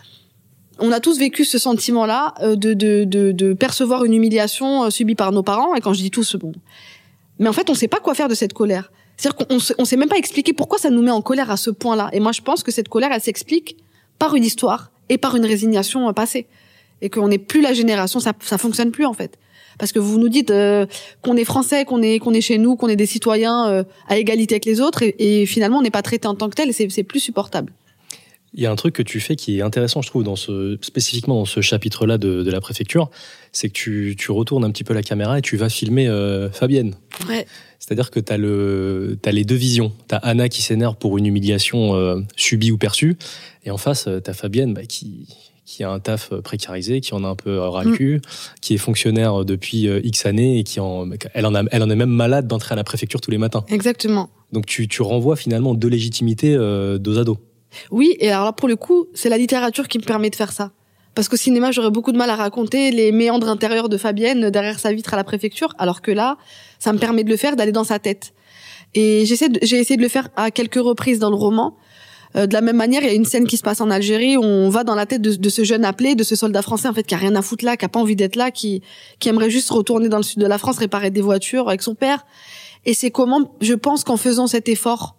On a tous vécu ce sentiment-là euh, de, de de de percevoir une humiliation euh, subie par nos parents et quand je dis tous bon. Mais en fait, on sait pas quoi faire de cette colère. C'est-à-dire qu'on on sait même pas expliquer pourquoi ça nous met en colère à ce point-là. Et moi je pense que cette colère elle s'explique par une histoire et par une résignation euh, passée. Et qu'on n'est plus la génération, ça ça fonctionne plus en fait. Parce que vous nous dites euh, qu'on est français, qu'on est qu'on est chez nous, qu'on est des citoyens euh, à égalité avec les autres, et, et finalement on n'est pas traité en tant que tel, et c'est c'est plus supportable. Il y a un truc que tu fais qui est intéressant, je trouve, dans ce spécifiquement dans ce chapitre-là de, de la préfecture, c'est que tu tu retournes un petit peu la caméra et tu vas filmer euh, Fabienne. Ouais. C'est-à-dire que t'as le t'as les deux visions. T'as Anna qui s'énerve pour une humiliation euh, subie ou perçue, et en face t'as Fabienne bah, qui qui a un taf précarisé, qui en a un peu ras le cul, mmh. qui est fonctionnaire depuis X années et qui en, elle en a, elle en est même malade d'entrer à la préfecture tous les matins. Exactement. Donc tu, tu renvoies finalement deux légitimités euh, dos à dos. Oui, et alors là pour le coup, c'est la littérature qui me permet de faire ça. Parce qu'au cinéma, j'aurais beaucoup de mal à raconter les méandres intérieurs de Fabienne derrière sa vitre à la préfecture, alors que là, ça me permet de le faire, d'aller dans sa tête. Et j'essaie de, j'ai essayé de le faire à quelques reprises dans le roman. Euh, de la même manière, il y a une scène qui se passe en Algérie où on va dans la tête de, de ce jeune appelé, de ce soldat français en fait qui a rien à foutre là, qui a pas envie d'être là, qui qui aimerait juste retourner dans le sud de la France, réparer des voitures avec son père. Et c'est comment, je pense qu'en faisant cet effort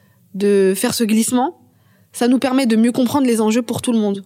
de faire ce glissement, ça nous permet de mieux comprendre les enjeux pour tout le monde.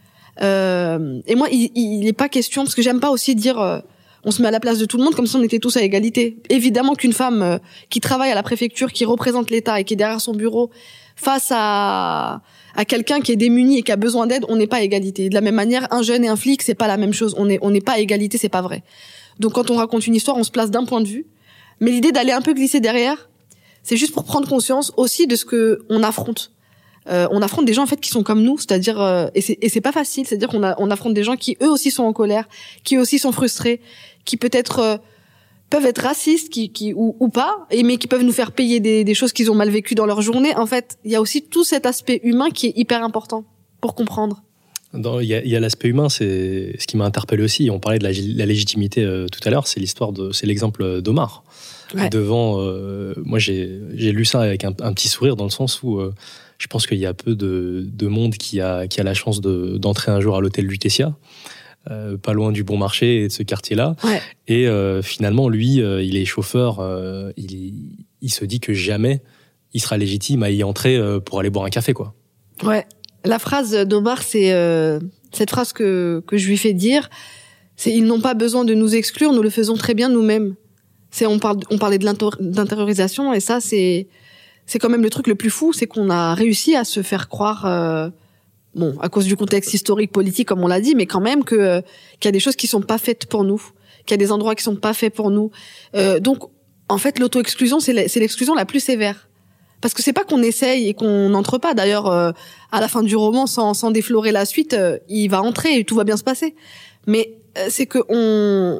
Euh, et moi, il, il est pas question, parce que j'aime pas aussi dire euh, on se met à la place de tout le monde comme si on était tous à égalité. Évidemment qu'une femme euh, qui travaille à la préfecture, qui représente l'État et qui est derrière son bureau face à à quelqu'un qui est démuni et qui a besoin d'aide, on n'est pas à égalité. De la même manière, un jeune et un flic, c'est pas la même chose. On est on n'est pas à égalité, c'est pas vrai. Donc quand on raconte une histoire, on se place d'un point de vue, mais l'idée d'aller un peu glisser derrière, c'est juste pour prendre conscience aussi de ce que on affronte. Euh, on affronte des gens en fait qui sont comme nous, c'est-à-dire euh, et c'est et c'est pas facile, c'est-à-dire qu'on a on affronte des gens qui eux aussi sont en colère, qui eux aussi sont frustrés, qui peut-être euh, peuvent être racistes, qui qui ou, ou pas, et mais qui peuvent nous faire payer des des choses qu'ils ont mal vécues dans leur journée. En fait, il y a aussi tout cet aspect humain qui est hyper important pour comprendre. Dans, il y a, il y a l'aspect humain, c'est ce qui m'a interpellé aussi. On parlait de la, la légitimité euh, tout à l'heure. C'est l'histoire de, c'est l'exemple d'Omar. Ouais. Devant, euh, moi j'ai j'ai lu ça avec un, un petit sourire dans le sens où euh, je pense qu'il y a peu de, de monde qui a, qui a la chance de, d'entrer un jour à l'hôtel Lutetia, euh, pas loin du Bon Marché et de ce quartier-là. Ouais. Et euh, finalement, lui, euh, il est chauffeur, euh, il, il se dit que jamais il sera légitime à y entrer euh, pour aller boire un café, quoi. Ouais. La phrase d'Omar, c'est euh, cette phrase que, que je lui fais dire. C'est ils n'ont pas besoin de nous exclure, nous le faisons très bien nous-mêmes. C'est on parle on parlait de l'intériorisation et ça c'est c'est quand même le truc le plus fou, c'est qu'on a réussi à se faire croire euh, bon, à cause du contexte historique politique comme on l'a dit, mais quand même que euh, qu'il y a des choses qui sont pas faites pour nous, qu'il y a des endroits qui sont pas faits pour nous. Euh, donc en fait, l'auto-exclusion c'est c'est l'exclusion la plus sévère. Parce que c'est pas qu'on essaye et qu'on n'entre pas. D'ailleurs, euh, à la fin du roman, sans, sans déflorer la suite, euh, il va entrer et tout va bien se passer. Mais euh, c'est que on,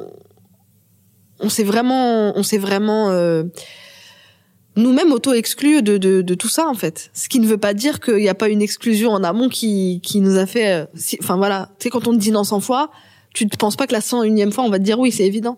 on s'est vraiment, on s'est vraiment euh, nous-mêmes auto-exclus de, de, de tout ça en fait. Ce qui ne veut pas dire qu'il n'y a pas une exclusion en amont qui, qui nous a fait. Euh, si, enfin voilà, tu sais quand on te dit non cent fois, tu ne penses pas que la cent unième fois on va te dire oui, c'est évident.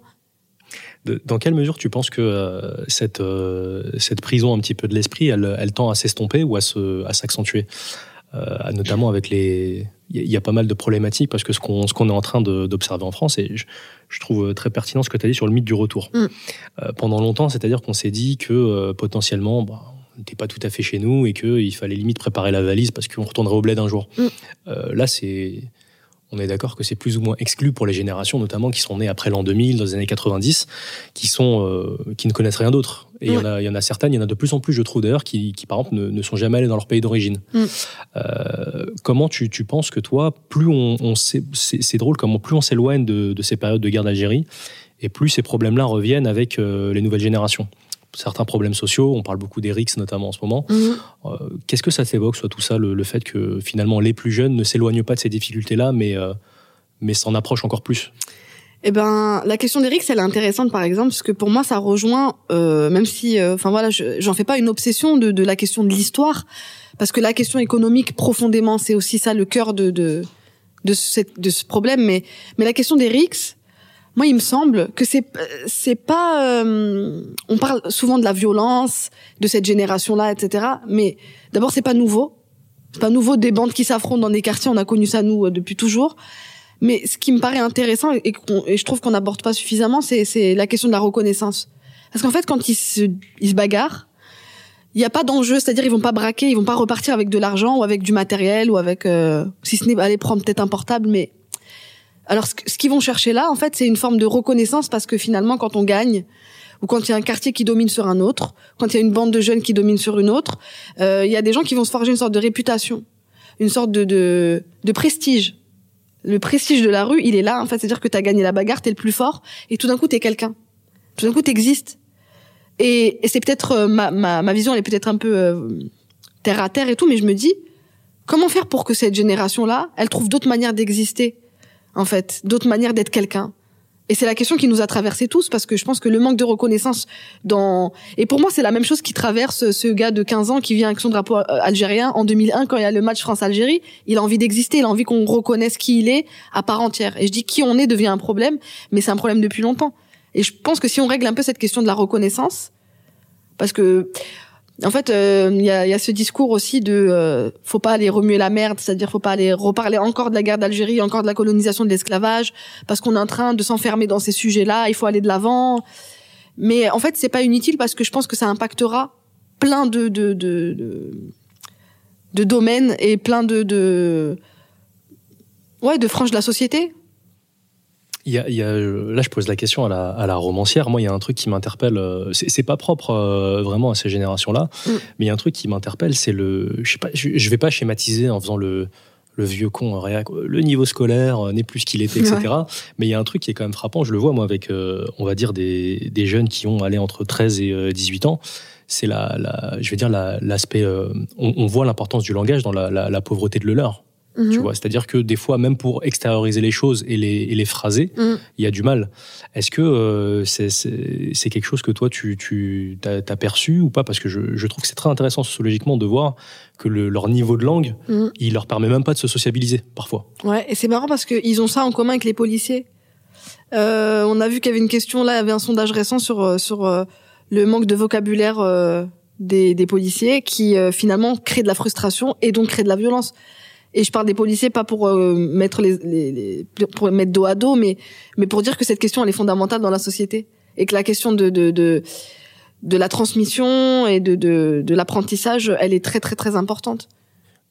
Dans quelle mesure tu penses que euh, cette euh, cette prison un petit peu de l'esprit, elle, elle tend à s'estomper ou à se à s'accentuer, euh, notamment avec les il y, y a pas mal de problématiques parce que ce qu'on ce qu'on est en train de, d'observer en France et je, je trouve très pertinent ce que tu as dit sur le mythe du retour. Mm. Euh, pendant longtemps, c'est-à-dire qu'on s'est dit que euh, potentiellement bah, on n'était pas tout à fait chez nous et que il fallait limite préparer la valise parce qu'on retournerait au bled un jour. Mm. Euh, là, c'est on est d'accord que c'est plus ou moins exclu pour les générations, notamment qui sont nées après l'an deux mille, dans les années quatre-vingt-dix, qui sont, euh, qui ne connaissent rien d'autre. Et il ouais. y en a, il y en a certaines, il y en a de plus en plus, je trouve d'ailleurs, qui, qui par exemple ne, ne sont jamais allées dans leur pays d'origine. Mm. Euh, comment tu, tu penses que toi, plus on, on sait, c'est, c'est drôle, comment plus on s'éloigne de, de ces périodes de guerre d'Algérie, et plus ces problèmes-là reviennent avec euh, les nouvelles générations. Certains problèmes sociaux, on parle beaucoup des R I C notamment en ce moment. Mmh. Euh, qu'est-ce que ça t'évoque, soit tout ça, le, le fait que finalement les plus jeunes ne s'éloignent pas de ces difficultés-là, mais, euh, mais s'en approchent encore plus? Eh ben, la question des R I C, elle est intéressante par exemple, parce que pour moi ça rejoint, euh, même si, enfin euh, voilà, je, j'en fais pas une obsession de, de la question de l'histoire, parce que la question économique profondément, c'est aussi ça le cœur de de de, cette, de ce problème. Mais mais la question des R I C. Moi, il me semble que c'est c'est pas. Euh, on parle souvent de la violence de cette génération-là, et cetera. Mais d'abord, c'est pas nouveau. C'est pas nouveau des bandes qui s'affrontent dans des quartiers. On a connu ça nous depuis toujours. Mais ce qui me paraît intéressant et, qu'on, et je trouve qu'on n'aborde pas suffisamment, c'est c'est la question de la reconnaissance. Parce qu'en fait, quand ils se ils se bagarrent, il y a pas d'enjeu. C'est-à-dire, ils vont pas braquer, ils vont pas repartir avec de l'argent ou avec du matériel ou avec euh, si ce n'est aller prendre peut-être un portable, mais alors, ce qu'ils vont chercher là, en fait, c'est une forme de reconnaissance parce que finalement, quand on gagne, ou quand il y a un quartier qui domine sur un autre, quand il y a une bande de jeunes qui domine sur une autre, euh, il y a des gens qui vont se forger une sorte de réputation, une sorte de, de, de prestige. Le prestige de la rue, il est là, en fait, c'est-à-dire que t'as gagné la bagarre, t'es le plus fort, et tout d'un coup, t'es quelqu'un. Tout d'un coup, t'existes. Et, et c'est peut-être, euh, ma, ma, ma vision, elle est peut-être un peu euh, terre à terre et tout, mais je me dis, comment faire pour que cette génération-là, elle trouve d'autres manières d'exister? En fait, d'autres manières d'être quelqu'un. Et c'est la question qui nous a traversé tous, parce que je pense que le manque de reconnaissance dans... Et pour moi, c'est la même chose qui traverse ce gars de quinze ans qui vient avec son drapeau algérien en deux mille un, quand il y a le match France-Algérie. Il a envie d'exister, il a envie qu'on reconnaisse qui il est à part entière. Et je dis qui on est devient un problème, mais c'est un problème depuis longtemps. Et je pense que si on règle un peu cette question de la reconnaissance, parce que... En fait, il euh, y, a, y a ce discours aussi de euh, faut pas aller remuer la merde, c'est-à-dire faut pas aller reparler encore de la guerre d'Algérie, encore de la colonisation, de l'esclavage, parce qu'on est en train de s'enfermer dans ces sujets-là, il faut aller de l'avant. Mais en fait, c'est pas inutile parce que je pense que ça impactera plein de de de, de, de domaines et plein de de ouais de franges de la société. Il y a, il y a, là, je pose la question à la, à la romancière. Moi, il y a un truc qui m'interpelle. C'est, c'est pas propre euh, vraiment à ces générations-là, mm. mais il y a un truc qui m'interpelle, c'est le. Je sais pas. Je, je vais pas schématiser en faisant le le vieux con, le niveau scolaire n'est plus ce qu'il était, et cetera. Ouais. Mais il y a un truc qui est quand même frappant. Je le vois moi avec, euh, on va dire des des jeunes qui ont allé entre treize et dix-huit ans. C'est la, la, je vais dire la, l'aspect. Euh, on, on voit l'importance du langage dans la, la, la pauvreté de le leur. Mmh. Tu vois, c'est-à-dire que des fois, même pour extérioriser les choses et les, et les phraser, mmh. il y a du mal. Est-ce que euh, c'est, c'est, c'est quelque chose que toi, tu, tu t'as, t'as perçu ou pas? Parce que je, je trouve que c'est très intéressant sociologiquement de voir que le, leur niveau de langue, mmh. il leur permet même pas de se sociabiliser, parfois. Ouais, et c'est marrant parce qu'ils ont ça en commun avec les policiers. Euh, on a vu qu'il y avait une question, là, il y avait un sondage récent sur, sur euh, le manque de vocabulaire euh, des, des policiers qui, euh, finalement, crée de la frustration et donc crée de la violence. Et je parle des policiers pas pour euh, mettre les, les, les pour mettre dos à dos, mais mais pour dire que cette question elle est fondamentale dans la société et que la question de de de, de la transmission et de de de l'apprentissage elle est très très très importante.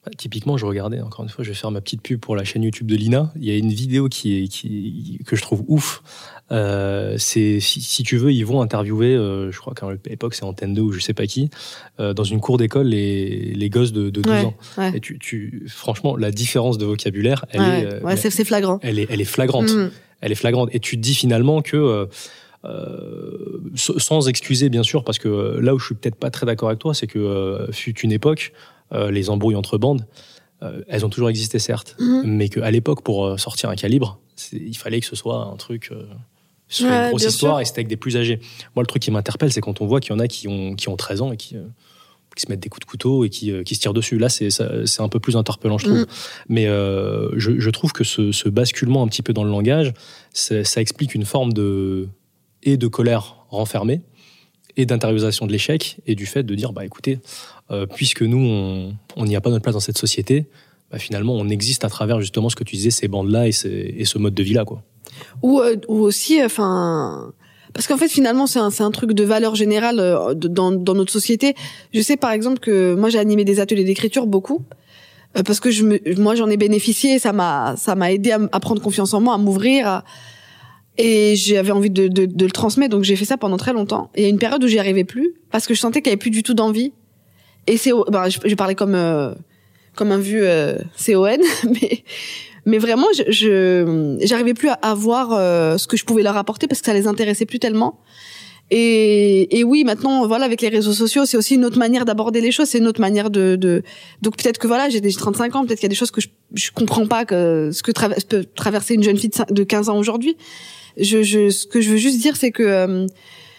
Typiquement, je regardais, encore une fois, je vais faire ma petite pub pour la chaîne YouTube de Lina. Il y a une vidéo qui est, qui, que je trouve ouf. Euh, c'est, si, si tu veux, ils vont interviewer, euh, je crois qu'à l'époque, c'est Antenne deux ou je sais pas qui, euh, dans une cour d'école, les, les gosses de, de douze ouais, ans. Ouais. Et tu, tu, franchement, la différence de vocabulaire, elle ouais, est, euh, ouais, c'est, c'est flagrant. Elle est, elle est flagrante. Mmh. Elle est flagrante. Et tu te dis finalement que, euh, euh, sans excuser, bien sûr, parce que euh, là où je suis peut-être pas très d'accord avec toi, c'est que euh, fut une époque, Euh, les embrouilles entre bandes, euh, elles ont toujours existé certes, mmh. mais qu'à l'époque pour euh, sortir un calibre, il fallait que ce soit un truc, euh, sur ouais, une grosse histoire sûr. Et c'était avec des plus âgés. Moi, le truc qui m'interpelle, c'est quand on voit qu'il y en a qui ont qui ont treize ans et qui euh, qui se mettent des coups de couteau et qui euh, qui se tirent dessus. Là, c'est ça, c'est un peu plus interpellant, je trouve. Mmh. Mais euh, je, je trouve que ce, ce basculement un petit peu dans le langage, ça explique une forme de et de colère renfermée et d'intériorisation de l'échec et du fait de dire bah écoutez, euh, puisque nous on n'y a pas notre place dans cette société, bah, finalement on existe à travers justement ce que tu disais, ces bandes là et, ces, et ce mode de vie là quoi. Ou euh, ou aussi enfin parce qu'en fait finalement c'est un c'est un truc de valeur générale euh, de, dans dans notre société. Je sais par exemple que moi j'ai animé des ateliers d'écriture beaucoup euh, parce que je me, moi j'en ai bénéficié, ça m'a ça m'a aidé à, à prendre confiance en moi, à m'ouvrir. À, Et j'avais envie de, de, de le transmettre, donc j'ai fait ça pendant très longtemps. Et il y a une période où j'y arrivais plus, parce que je sentais qu'il y avait plus du tout d'envie. Et c'est, ben, je, je parlais comme euh, comme un vieux euh, C O N, mais mais vraiment, je, je j'arrivais plus à, à voir euh, ce que je pouvais leur apporter parce que ça les intéressait plus tellement. Et, et oui, maintenant, voilà, avec les réseaux sociaux, c'est aussi une autre manière d'aborder les choses, c'est une autre manière de, de... donc peut-être que voilà, j'ai des trente-cinq ans, peut-être qu'il y a des choses que je, je comprends pas, que ce que tra- peut traverser une jeune fille de quinze ans aujourd'hui. Je, je, ce que je veux juste dire, c'est que, euh,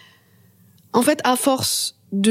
en fait, à force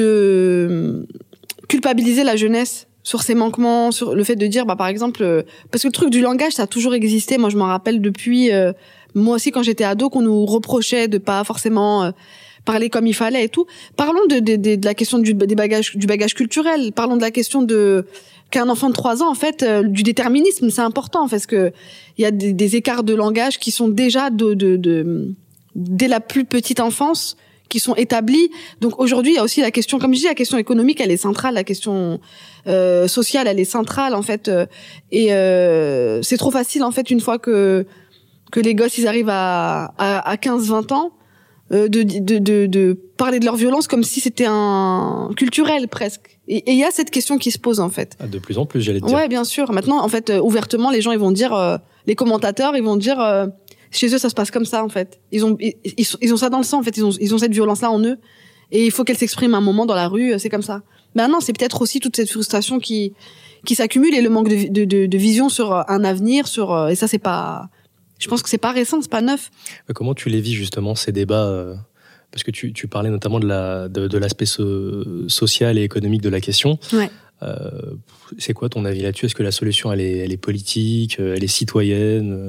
de culpabiliser la jeunesse sur ses manquements, sur le fait de dire, bah par exemple, euh, parce que le truc du langage, ça a toujours existé. Moi, je m'en rappelle depuis, euh, moi aussi quand j'étais ado, qu'on nous reprochait de pas forcément euh, parler comme il fallait et tout. Parlons de, de, de, de la question du, des bagages, du bagage culturel. Parlons de la question de qu'un enfant de trois ans, en fait, euh, du déterminisme, c'est important parce que il y a des, des écarts de langage qui sont déjà de, de, de dès la plus petite enfance, qui sont établis. Donc aujourd'hui, il y a aussi la question, comme je dis, la question économique, elle est centrale, la question euh, sociale, elle est centrale en fait. Euh, et euh, c'est trop facile en fait une fois que que les gosses ils arrivent à à, à quinze vingt ans. Euh, de, de, de, de parler de leur violence comme si c'était un culturel presque. Et il y a cette question qui se pose en fait. Ah, de plus en plus, j'allais te dire. Ouais, bien sûr. Maintenant, en fait, euh, ouvertement, les gens ils vont dire, euh, les commentateurs ils vont dire, euh, chez eux ça se passe comme ça en fait. Ils ont ils, ils, ils ont ça dans le sang en fait. Ils ont ils ont cette violence là en eux et il faut qu'elle s'exprime un moment dans la rue. C'est comme ça. Maintenant, c'est peut-être aussi toute cette frustration qui qui s'accumule et le manque de de, de, de vision sur un avenir, sur et ça c'est pas. Je pense que c'est pas récent, c'est pas neuf. Comment tu les vis justement ces débats euh, parce que tu, tu parlais notamment de la de, de l'aspect so, social et économique de la question. Ouais. Euh, c'est quoi ton avis là-dessus ? Est-ce que la solution elle est elle est politique, elle est citoyenne ?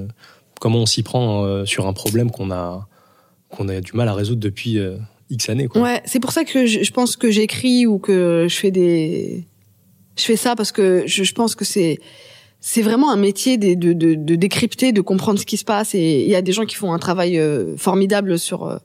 Comment on s'y prend euh, sur un problème qu'on a qu'on a du mal à résoudre depuis euh, X années quoi. Ouais, c'est pour ça que je, je pense que j'écris ou que je fais des je fais ça parce que je, je pense que c'est c'est vraiment un métier de, de, de, de décrypter, de comprendre ce qui se passe. Et il y a des gens qui font un travail euh, formidable sur euh,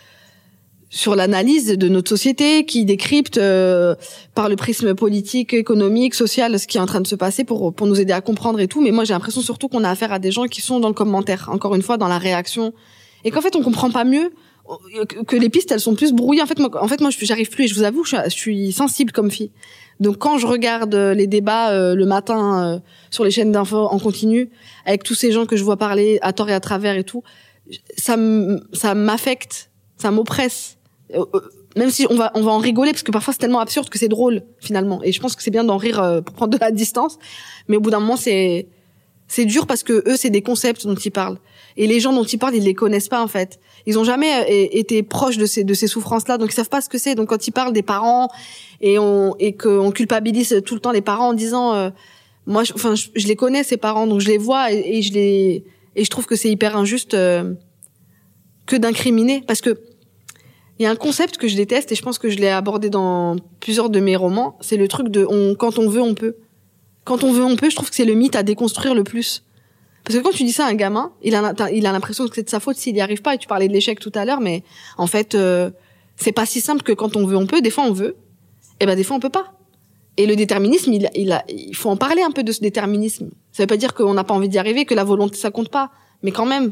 sur l'analyse de notre société, qui décryptent euh, par le prisme politique, économique, social, ce qui est en train de se passer pour pour nous aider à comprendre et tout. Mais moi, j'ai l'impression surtout qu'on a affaire à des gens qui sont dans le commentaire, encore une fois, dans la réaction, et qu'en fait, on comprend pas mieux, que les pistes, elles sont plus brouillées. En fait, moi, en fait, moi, j'arrive plus. Et je vous avoue, je suis sensible comme fille. Donc quand je regarde les débats euh, le matin euh, sur les chaînes d'infos en continu avec tous ces gens que je vois parler à tort et à travers et tout, ça m- ça m'affecte, ça m'oppresse. Euh, euh, même si on va on va en rigoler parce que parfois c'est tellement absurde que c'est drôle finalement. Et je pense que c'est bien d'en rire euh, pour prendre de la distance, mais au bout d'un moment c'est c'est dur parce que eux c'est des concepts dont ils parlent et les gens dont ils parlent ils les connaissent pas en fait. Ils ont jamais euh, été proches de ces de ces souffrances-là, donc ils savent pas ce que c'est. Donc quand ils parlent des parents et on et qu'on culpabilise tout le temps les parents en disant euh, moi je, enfin je, je les connais ces parents donc je les vois et, et je les et je trouve que c'est hyper injuste euh, que d'incriminer parce que il y a un concept que je déteste et je pense que je l'ai abordé dans plusieurs de mes romans, c'est le truc de on quand on veut on peut. Quand on veut on peut, je trouve que c'est le mythe à déconstruire le plus. Parce que quand tu dis ça à un gamin, il a il a l'impression que c'est de sa faute s'il y arrive pas et tu parlais de l'échec tout à l'heure mais en fait euh, c'est pas si simple que quand on veut on peut, des fois on veut. Et ben des fois on peut pas. Et le déterminisme, il, il, a, il faut en parler un peu de ce déterminisme. Ça veut pas dire qu'on n'a pas envie d'y arriver, que la volonté, ça compte pas. Mais quand même,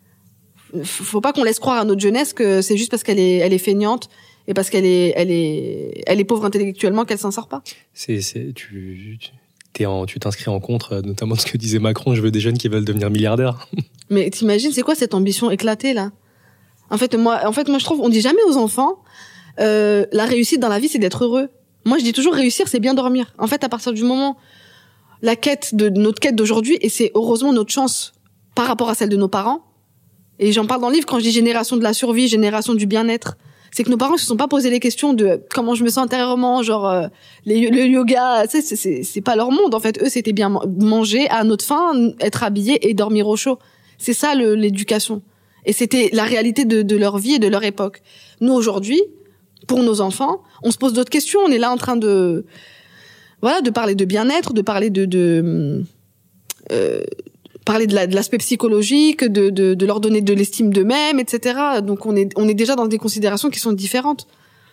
faut pas qu'on laisse croire à notre jeunesse que c'est juste parce qu'elle est, elle est feignante et parce qu'elle est, elle est, elle est pauvre intellectuellement qu'elle s'en sort pas. C'est, c'est, tu, tu, t'es en, tu t'inscris en contre, notamment de ce que disait Macron, je veux des jeunes qui veulent devenir milliardaires. Mais t'imagines, c'est quoi cette ambition éclatée, là? En fait, moi, en fait, moi, je trouve, on dit jamais aux enfants, euh, la réussite dans la vie, c'est d'être heureux. Moi, je dis toujours, réussir, c'est bien dormir. En fait, à partir du moment, la quête de, notre quête d'aujourd'hui, et c'est heureusement notre chance par rapport à celle de nos parents, et j'en parle dans le livre quand je dis génération de la survie, génération du bien-être, c'est que nos parents se sont pas posé les questions de comment je me sens intérieurement, genre, euh, les, le yoga, tu sais, c'est, c'est, c'est pas leur monde, en fait. Eux, c'était bien manger à notre faim, être habillé et dormir au chaud. C'est ça, le, l'éducation. Et c'était la réalité de, de leur vie et de leur époque. Nous, aujourd'hui, pour nos enfants, on se pose d'autres questions. On est là en train de, voilà, de parler de bien-être, de parler de, de, euh, parler de, la, de l'aspect psychologique, de, de, de leur donner de l'estime d'eux-mêmes, et cetera. Donc on est, on est déjà dans des considérations qui sont différentes.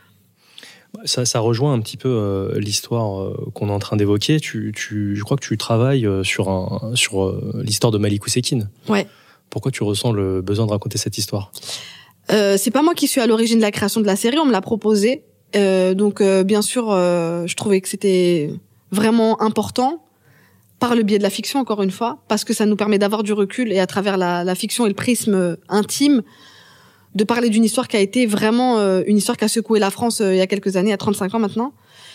Ça, ça rejoint un petit peu euh, l'histoire euh, qu'on est en train d'évoquer. Tu, tu, je crois que tu travailles euh, sur, un, sur euh, l'histoire de Malik Oussekine. Ouais. Pourquoi tu ressens le besoin de raconter cette histoire ? Euh, c'est pas moi qui suis à l'origine de la création de la série, on me l'a proposé. Euh, donc euh, bien sûr, euh, je trouvais que c'était vraiment important, par le biais de la fiction encore une fois, parce que ça nous permet d'avoir du recul et à travers la, la fiction et le prisme intime, de parler d'une histoire qui a été vraiment euh, une histoire qui a secoué la France euh, il y a quelques années, il y a trente-cinq ans maintenant,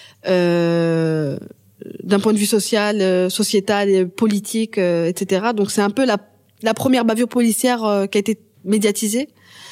euh, d'un point de vue social, euh, sociétal, politique, euh, et cetera. Donc c'est un peu la, la première bavure policière euh, qui a été médiatisée.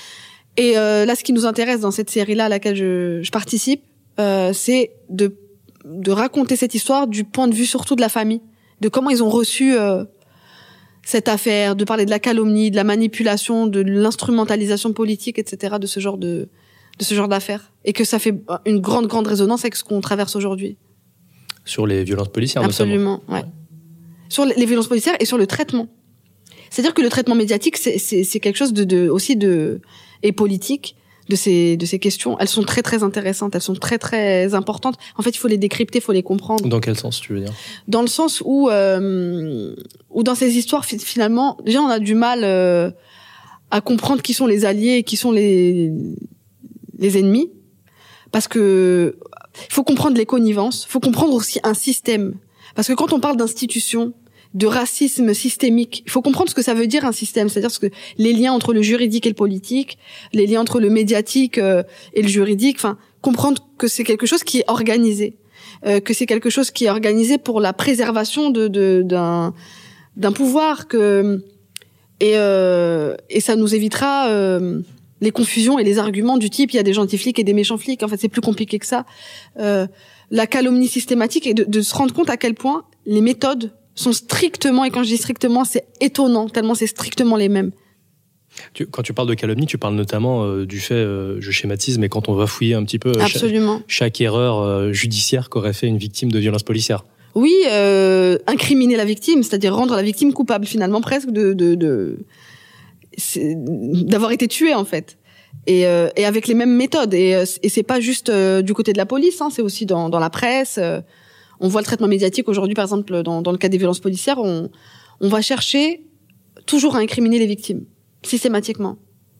Et euh, là, ce qui nous intéresse dans cette série-là à laquelle je, je participe, euh, c'est de, de raconter cette histoire du point de vue surtout de la famille, de comment ils ont reçu euh, cette affaire, de parler de la calomnie, de la manipulation, de l'instrumentalisation politique, et cetera, de ce genre de, de ce genre d'affaires, et que ça fait une grande, grande résonance avec ce qu'on traverse aujourd'hui. Sur les violences policières, Absolument, notamment. ouais. ouais. Sur les violences policières et sur le traitement. C'est-à-dire que le traitement médiatique, c'est, c'est, c'est quelque chose de, de aussi de et politique de ces de ces questions. Elles sont très très intéressantes, elles sont très très importantes. En fait, il faut les décrypter, il faut les comprendre. Dans quel sens tu veux dire ? Dans le sens où euh, où dans ces histoires finalement, déjà on a du mal euh, à comprendre qui sont les alliés et qui sont les les ennemis, parce que il faut comprendre les connivences, il faut comprendre aussi un système, parce que quand on parle d'institution, de racisme systémique, il faut comprendre ce que ça veut dire un système, c'est-à-dire ce que les liens entre le juridique et le politique, les liens entre le médiatique euh, et le juridique, enfin comprendre que c'est quelque chose qui est organisé, euh, que c'est quelque chose qui est organisé pour la préservation de, de d'un d'un pouvoir, que et euh, et ça nous évitera euh, les confusions et les arguments du type il y a des gentils flics et des méchants flics. En fait, c'est plus compliqué que ça. Euh, la calomnie systématique, et de, de se rendre compte à quel point les méthodes sont strictement, et quand je dis strictement, c'est étonnant, tellement c'est strictement les mêmes. Tu, quand tu parles de calomnie, tu parles notamment euh, du fait, euh, je schématise, mais quand on va fouiller un petit peu Absolument. Chaque, chaque erreur euh, judiciaire qu'aurait fait une victime de violence policière. Oui, euh, incriminer la victime, c'est-à-dire rendre la victime coupable finalement presque de, de, de c'est, d'avoir été tuée en fait. Et, euh, et avec les mêmes méthodes. Et, et c'est pas juste euh, du côté de la police, hein, c'est aussi dans, dans la presse. Euh, on voit le traitement médiatique aujourd'hui, par exemple, dans, dans le cas des violences policières, on, on va chercher toujours à incriminer les victimes, systématiquement.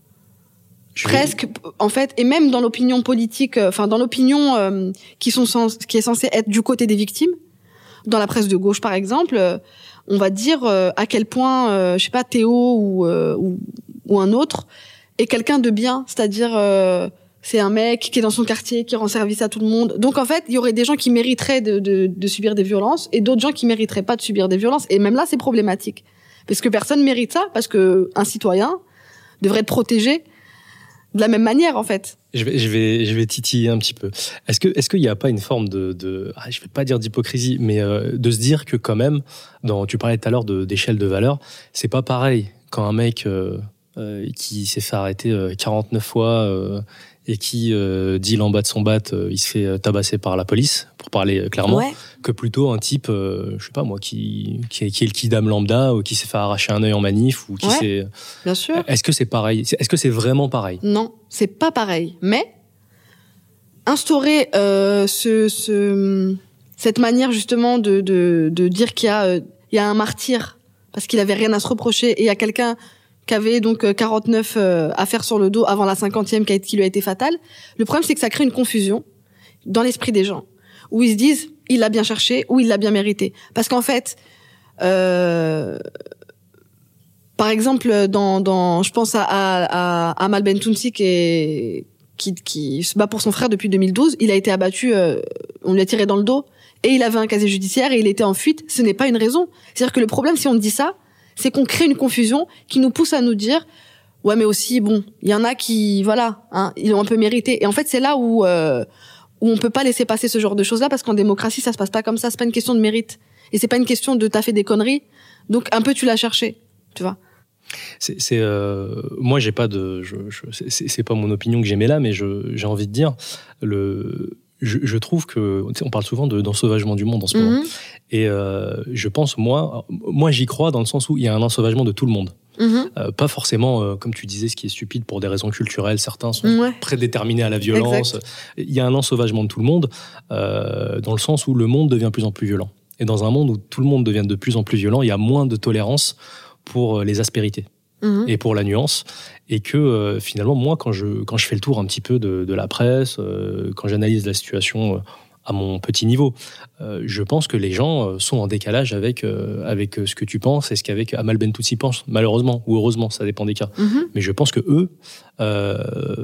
Je Presque, vais... en fait, et même dans l'opinion politique, enfin dans l'opinion euh, qui sont sens, qui est censée être du côté des victimes, dans la presse de gauche, par exemple, euh, on va dire euh, à quel point, euh, je sais pas, Théo ou, euh, ou ou un autre est quelqu'un de bien, c'est-à-dire euh, c'est un mec qui est dans son quartier, qui rend service à tout le monde. Donc en fait, il y aurait des gens qui mériteraient de, de, de subir des violences et d'autres gens qui mériteraient pas de subir des violences. Et même là, c'est problématique, parce que personne mérite ça, parce que un citoyen devrait être protégé de la même manière, en fait. Je vais, je vais, je vais titiller un petit peu. Est-ce que, est-ce qu'il n'y a pas une forme de, de, ah, je vais pas dire d'hypocrisie, mais euh, de se dire que quand même, dans, tu parlais tout à l'heure de, d'échelle de valeur, c'est pas pareil quand un mec euh, euh, qui s'est fait arrêter euh, quarante-neuf fois euh, et qui euh, deal en bas de son bat, euh, il se fait tabasser par la police, pour parler clairement, ouais. que plutôt un type, euh, je sais pas moi, qui, qui, est, qui est le kidam lambda, ou qui s'est fait arracher un œil en manif, ou qui ouais, s'est... Bien sûr. Est-ce que c'est pareil ? Est-ce que c'est vraiment pareil ? Non, c'est pas pareil. Mais instaurer euh, ce, ce, cette manière justement de de de dire qu'il y a euh, il y a un martyr parce qu'il avait rien à se reprocher et il y a quelqu'un qui avait donc quarante-neuf euh, affaires sur le dos avant la cinquantième qui, a, qui lui a été fatale. Le problème, c'est que ça crée une confusion dans l'esprit des gens, où ils se disent, il l'a bien cherché ou il l'a bien mérité. Parce qu'en fait, euh, par exemple, dans, dans, je pense à, à, à Amal Bentounsi qui, est, qui, qui se bat pour son frère depuis deux mille douze. Il a été abattu, euh, on lui a tiré dans le dos et il avait un casier judiciaire et il était en fuite. Ce n'est pas une raison. C'est-à-dire que le problème, si on dit ça, c'est qu'on crée une confusion qui nous pousse à nous dire ouais mais aussi bon il y en a qui voilà hein, ils l'ont un peu mérité et en fait c'est là où euh, où on peut pas laisser passer ce genre de choses là parce qu'en démocratie ça se passe pas comme ça, c'est pas une question de mérite et c'est pas une question de t'as fait des conneries donc un peu tu l'as cherché, tu vois. C'est, c'est euh, moi j'ai pas de je, je c'est, c'est pas mon opinion que j'aimais là mais je j'ai envie de dire le Je, je trouve que on parle souvent de d'ensauvagement du monde en ce mm-hmm. moment et euh, je pense moi moi j'y crois dans le sens où il y a un ensauvagement de tout le monde mm-hmm. euh, pas forcément euh, comme tu disais ce qui est stupide pour des raisons culturelles, certains sont ouais. prédéterminés à la violence, exact. Il y a un ensauvagement de tout le monde euh, dans le sens où le monde devient de plus en plus violent et dans un monde où tout le monde devient de plus en plus violent il y a moins de tolérance pour les aspérités Mmh. et pour la nuance et que euh, finalement moi quand je quand je fais le tour un petit peu de, de la presse euh, quand j'analyse la situation euh, à mon petit niveau euh, je pense que les gens euh, sont en décalage avec euh, avec ce que tu penses et ce qu'avec Amal Bentounsi pense malheureusement ou heureusement ça dépend des cas mmh. mais je pense que eux euh,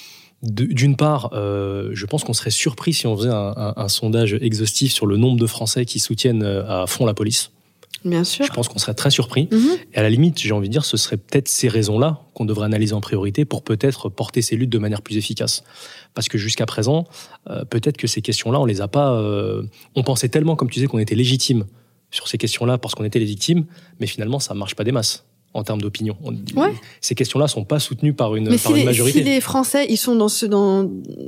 de, d'une part euh, je pense qu'on serait surpris si on faisait un, un, un sondage exhaustif sur le nombre de Français qui soutiennent à fond la police. Bien sûr. Je pense qu'on serait très surpris. Mmh. Et à la limite, j'ai envie de dire, ce serait peut-être ces raisons-là qu'on devrait analyser en priorité pour peut-être porter ces luttes de manière plus efficace. Parce que jusqu'à présent, euh, peut-être que ces questions-là, on les a pas... Euh, on pensait tellement, comme tu disais, qu'on était légitime sur ces questions-là parce qu'on était les victimes, mais finalement, ça marche pas des masses en termes d'opinion. On, ouais. Ces questions-là sont pas soutenues par une, mais par si une les, majorité. Si les Français, ils sont dans ce... Dans...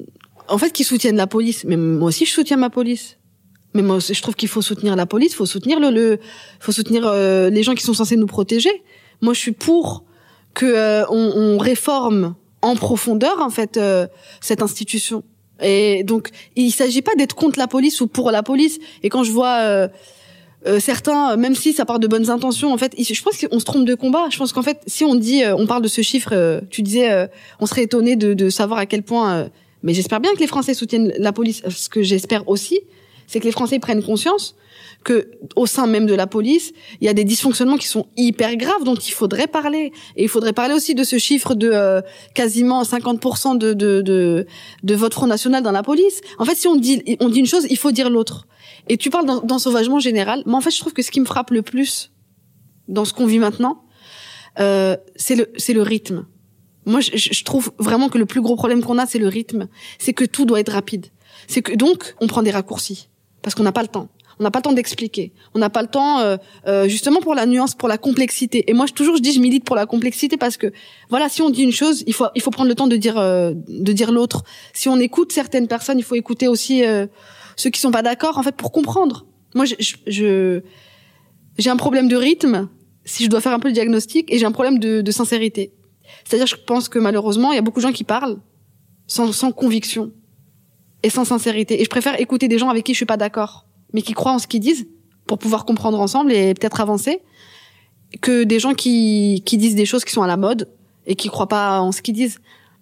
En fait, qui soutiennent la police, mais moi aussi, je soutiens ma police. Mais moi, je trouve qu'il faut soutenir la police, il faut soutenir le, le, faut soutenir euh, les gens qui sont censés nous protéger. Moi, je suis pour que euh, on, on réforme en profondeur en fait euh, cette institution. Et donc, il s'agit pas d'être contre la police ou pour la police. Et quand je vois euh, euh, certains, même si ça part de bonnes intentions, en fait, je pense qu'on se trompe de combat. Je pense qu'en fait, si on dit, euh, on parle de ce chiffre, euh, tu disais, euh, on serait étonné de, de savoir à quel point. Euh, mais j'espère bien que les Français soutiennent la police. Ce que j'espère aussi, c'est que les Français prennent conscience que au sein même de la police, il y a des dysfonctionnements qui sont hyper graves dont il faudrait parler. Et il faudrait parler aussi de ce chiffre de euh, quasiment cinquante pour cent de de de de vote Front National dans la police. En fait, si on dit on dit une chose, il faut dire l'autre. Et tu parles d'ensauvagement général, mais en fait, je trouve que ce qui me frappe le plus dans ce qu'on vit maintenant, euh, c'est le c'est le rythme. Moi, je, je trouve vraiment que le plus gros problème qu'on a, c'est le rythme. C'est que tout doit être rapide. C'est que donc on prend des raccourcis. Parce qu'on n'a pas le temps. On n'a pas le temps d'expliquer. On n'a pas le temps, euh, euh, justement, pour la nuance, pour la complexité. Et moi, je, toujours, je dis, je milite pour la complexité parce que, voilà, si on dit une chose, il faut, il faut prendre le temps de dire, euh, de dire l'autre. Si on écoute certaines personnes, il faut écouter aussi euh, ceux qui sont pas d'accord, en fait, pour comprendre. Moi, je, je, je, j'ai un problème de rythme, si je dois faire un peu le diagnostic, et j'ai un problème de, de sincérité. C'est-à-dire, je pense que malheureusement, il y a beaucoup de gens qui parlent sans, sans conviction. Et sans sincérité. Et je préfère écouter des gens avec qui je suis pas d'accord, mais qui croient en ce qu'ils disent, pour pouvoir comprendre ensemble et peut-être avancer, que des gens qui, qui disent des choses qui sont à la mode et qui croient pas en ce qu'ils disent.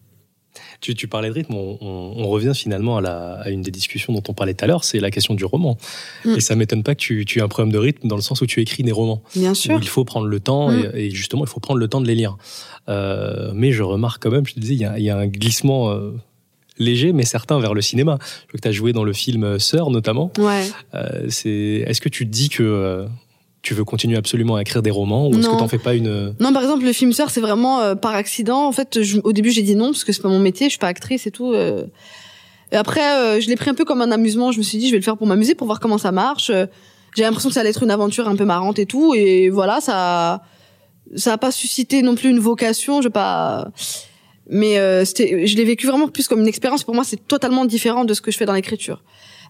Tu, tu parlais de rythme, on, on, on revient finalement à, la, à une des discussions dont on parlait tout à l'heure, c'est la question du roman. Mm. Et ça m'étonne pas que tu, tu aies un problème de rythme dans le sens où tu écris des romans. Bien sûr. Où il faut prendre le temps mm. et, et justement, il faut prendre le temps de les lire. Euh, mais je remarque quand même, je te disais, il y a, il y a un glissement... Euh, léger, mais certain vers le cinéma. Je vois que tu as joué dans le film Sœur, notamment. Ouais. Euh, c'est... Est-ce que tu te dis que euh, tu veux continuer absolument à écrire des romans ou est-ce non. que t'en fais pas une... Non, par exemple, le film Sœur, c'est vraiment euh, par accident. En fait, je, au début, j'ai dit non, parce que c'est pas mon métier, je suis pas actrice et tout. Euh... Et après, euh, je l'ai pris un peu comme un amusement. Je me suis dit, je vais le faire pour m'amuser, pour voir comment ça marche. Euh, j'ai l'impression que ça allait être une aventure un peu marrante et tout. Et voilà, ça ça a pas suscité non plus une vocation. Je vais pas... Mais euh, c'était, je l'ai vécu vraiment plus comme une expérience. Pour moi, c'est totalement différent de ce que je fais dans l'écriture.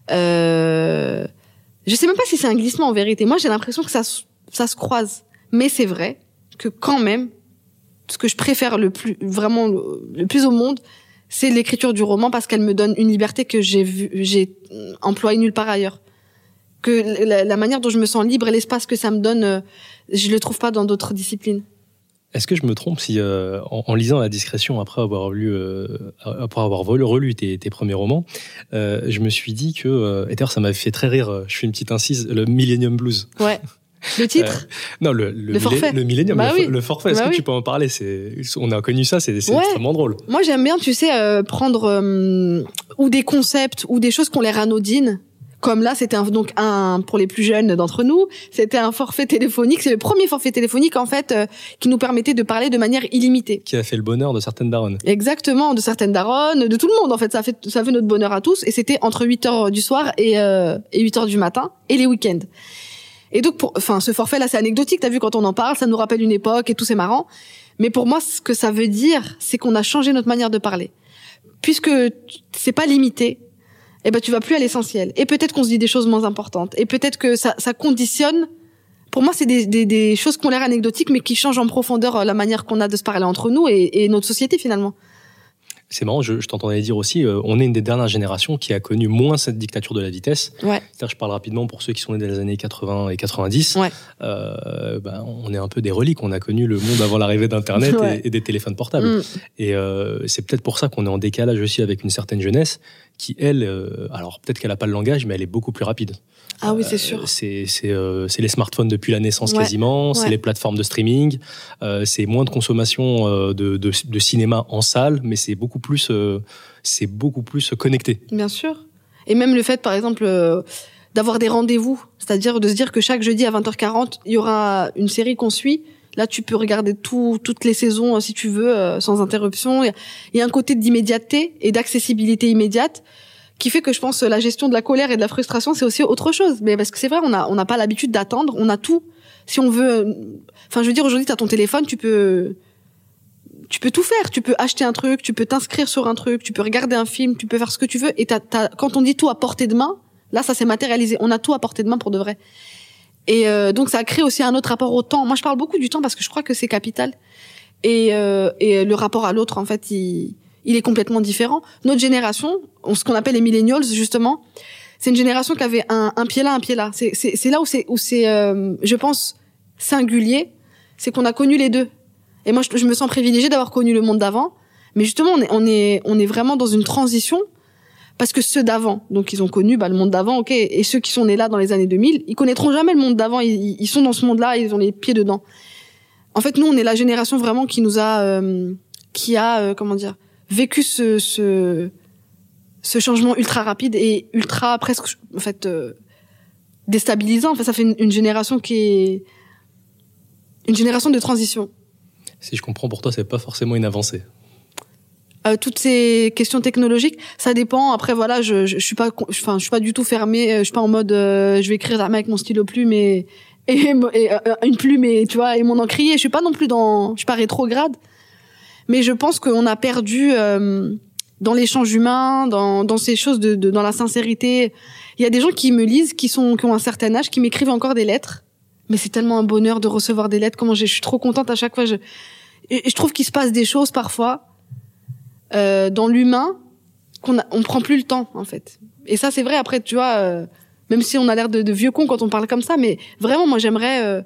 Euh, je sais même pas si c'est un glissement en vérité. Moi, j'ai l'impression que ça, ça se croise. Mais c'est vrai que quand même, ce que je préfère le plus, vraiment le, le plus au monde, c'est l'écriture du roman parce qu'elle me donne une liberté que j'ai vu, j'ai employée nulle part ailleurs. que la, la manière dont je me sens libre et l'espace que ça me donne, euh, je le trouve pas dans d'autres disciplines. Est-ce que je me trompe si, euh, en, en lisant La Discrétion, après avoir lu, euh, après avoir relu, relu tes, tes premiers romans, euh, je me suis dit que, euh, et d'ailleurs ça m'a fait très rire, je fais une petite incise, le Millennium Blues. Ouais. Le titre euh, Non, le, le, le forfait. Le Millennium, bah le, oui. le forfait. Est-ce bah que oui. tu peux en parler? C'est, on a connu ça, c'est, c'est ouais. extrêmement drôle. Moi, j'aime bien, tu sais, euh, prendre euh, ou des concepts ou des choses qui ont l'air anodines. Comme là, c'était un, donc un pour les plus jeunes d'entre nous, c'était un forfait téléphonique. C'est le premier forfait téléphonique en fait euh, qui nous permettait de parler de manière illimitée. Qui a fait le bonheur de certaines daronnes. Exactement, de certaines daronnes, de tout le monde en fait. Ça fait ça fait notre bonheur à tous. Et c'était entre huit heures du soir et euh, et huit heures du matin et les week-ends. Et donc, pour, enfin, ce forfait-là, c'est anecdotique. T'as vu quand on en parle, ça nous rappelle une époque et tout, c'est marrant. Mais pour moi, ce que ça veut dire, c'est qu'on a changé notre manière de parler, puisque c'est pas limité. Eh ben, tu vas plus à l'essentiel. Et peut-être qu'on se dit des choses moins importantes. Et peut-être que ça, ça conditionne. Pour moi, c'est des, des, des choses qui ont l'air anecdotiques, mais qui changent en profondeur la manière qu'on a de se parler entre nous et, et notre société finalement. C'est marrant, je, je t'entendais dire aussi, euh, on est une des dernières générations qui a connu moins cette dictature de la vitesse. Ouais. C'est-à-dire, je parle rapidement pour ceux qui sont nés dans les années quatre-vingts et quatre-vingt-dix. Ouais. Euh, ben, on est un peu des reliques. On a connu le monde avant l'arrivée d'Internet ouais. et, et des téléphones portables. Mm. Et euh, c'est peut-être pour ça qu'on est en décalage aussi avec une certaine jeunesse qui, elle, euh, alors peut-être qu'elle n'a pas le langage, mais elle est beaucoup plus rapide. Ah oui, c'est sûr. Euh, c'est c'est euh, c'est les smartphones depuis la naissance ouais. quasiment, ouais. c'est les plateformes de streaming, euh, c'est moins de consommation euh, de, de de cinéma en salle, mais c'est beaucoup plus euh, c'est beaucoup plus connecté. Bien sûr. Et même le fait, par exemple, euh, d'avoir des rendez-vous, c'est-à-dire de se dire que chaque jeudi à vingt heures quarante, il y aura une série qu'on suit. Là, tu peux regarder tout, toutes les saisons, si tu veux, euh, sans interruption. Il y a un côté d'immédiateté et d'accessibilité immédiate qui fait que je pense la gestion de la colère et de la frustration, c'est aussi autre chose. Mais parce que c'est vrai, on a on n'a pas l'habitude d'attendre, on a tout. Si on veut, enfin, je veux dire, aujourd'hui, t'as ton téléphone, tu peux, tu peux tout faire. Tu peux acheter un truc, tu peux t'inscrire sur un truc, tu peux regarder un film, tu peux faire ce que tu veux. Et t'as, t'as, quand on dit tout à portée de main, là, ça s'est matérialisé. On a tout à portée de main pour de vrai. Et euh, donc, ça crée aussi un autre rapport au temps. Moi, je parle beaucoup du temps parce que je crois que c'est capital. Et euh, et le rapport à l'autre, en fait, il il est complètement différent. Notre génération, ce qu'on appelle les millennials, justement, c'est une génération qui avait un, un pied là, un pied là. C'est, c'est, c'est là où c'est, où c'est, euh, je pense, singulier, c'est qu'on a connu les deux. Et moi, je, je me sens privilégiée d'avoir connu le monde d'avant. Mais justement, on est, on est, on est vraiment dans une transition parce que ceux d'avant, donc ils ont connu bah, le monde d'avant, ok, et ceux qui sont nés là dans les années deux mille, ils connaîtront jamais le monde d'avant. Ils, ils sont dans ce monde-là, ils ont les pieds dedans. En fait, nous, on est la génération vraiment qui nous a, euh, qui a, euh, comment dire, vécu ce, ce, ce changement ultra rapide et ultra presque, en fait, euh, déstabilisant. Enfin, ça fait une, une génération qui est une génération de transition. Si je comprends, pour toi, c'est pas forcément une avancée. Euh, toutes ces questions technologiques, ça dépend. Après, voilà, je, je, je suis pas, enfin, je suis pas du tout fermée. Je suis pas en mode, euh, je vais écrire avec mon stylo plume et, et, et euh, une plume et tu vois et mon encrier. Je suis pas non plus dans, je suis pas rétrograde. Mais je pense qu'on a perdu euh, dans l'échange humain, dans, dans ces choses, de, de, dans la sincérité. Il y a des gens qui me lisent, qui sont, qui ont un certain âge, qui m'écrivent encore des lettres. Mais c'est tellement un bonheur de recevoir des lettres. Comment je, je suis trop contente à chaque fois. Je, et je trouve qu'il se passe des choses parfois euh, dans l'humain qu'on a, on prend plus le temps en fait. Et ça c'est vrai. Après, tu vois, euh, même si on a l'air de, de vieux cons quand on parle comme ça, mais vraiment, moi j'aimerais. Euh,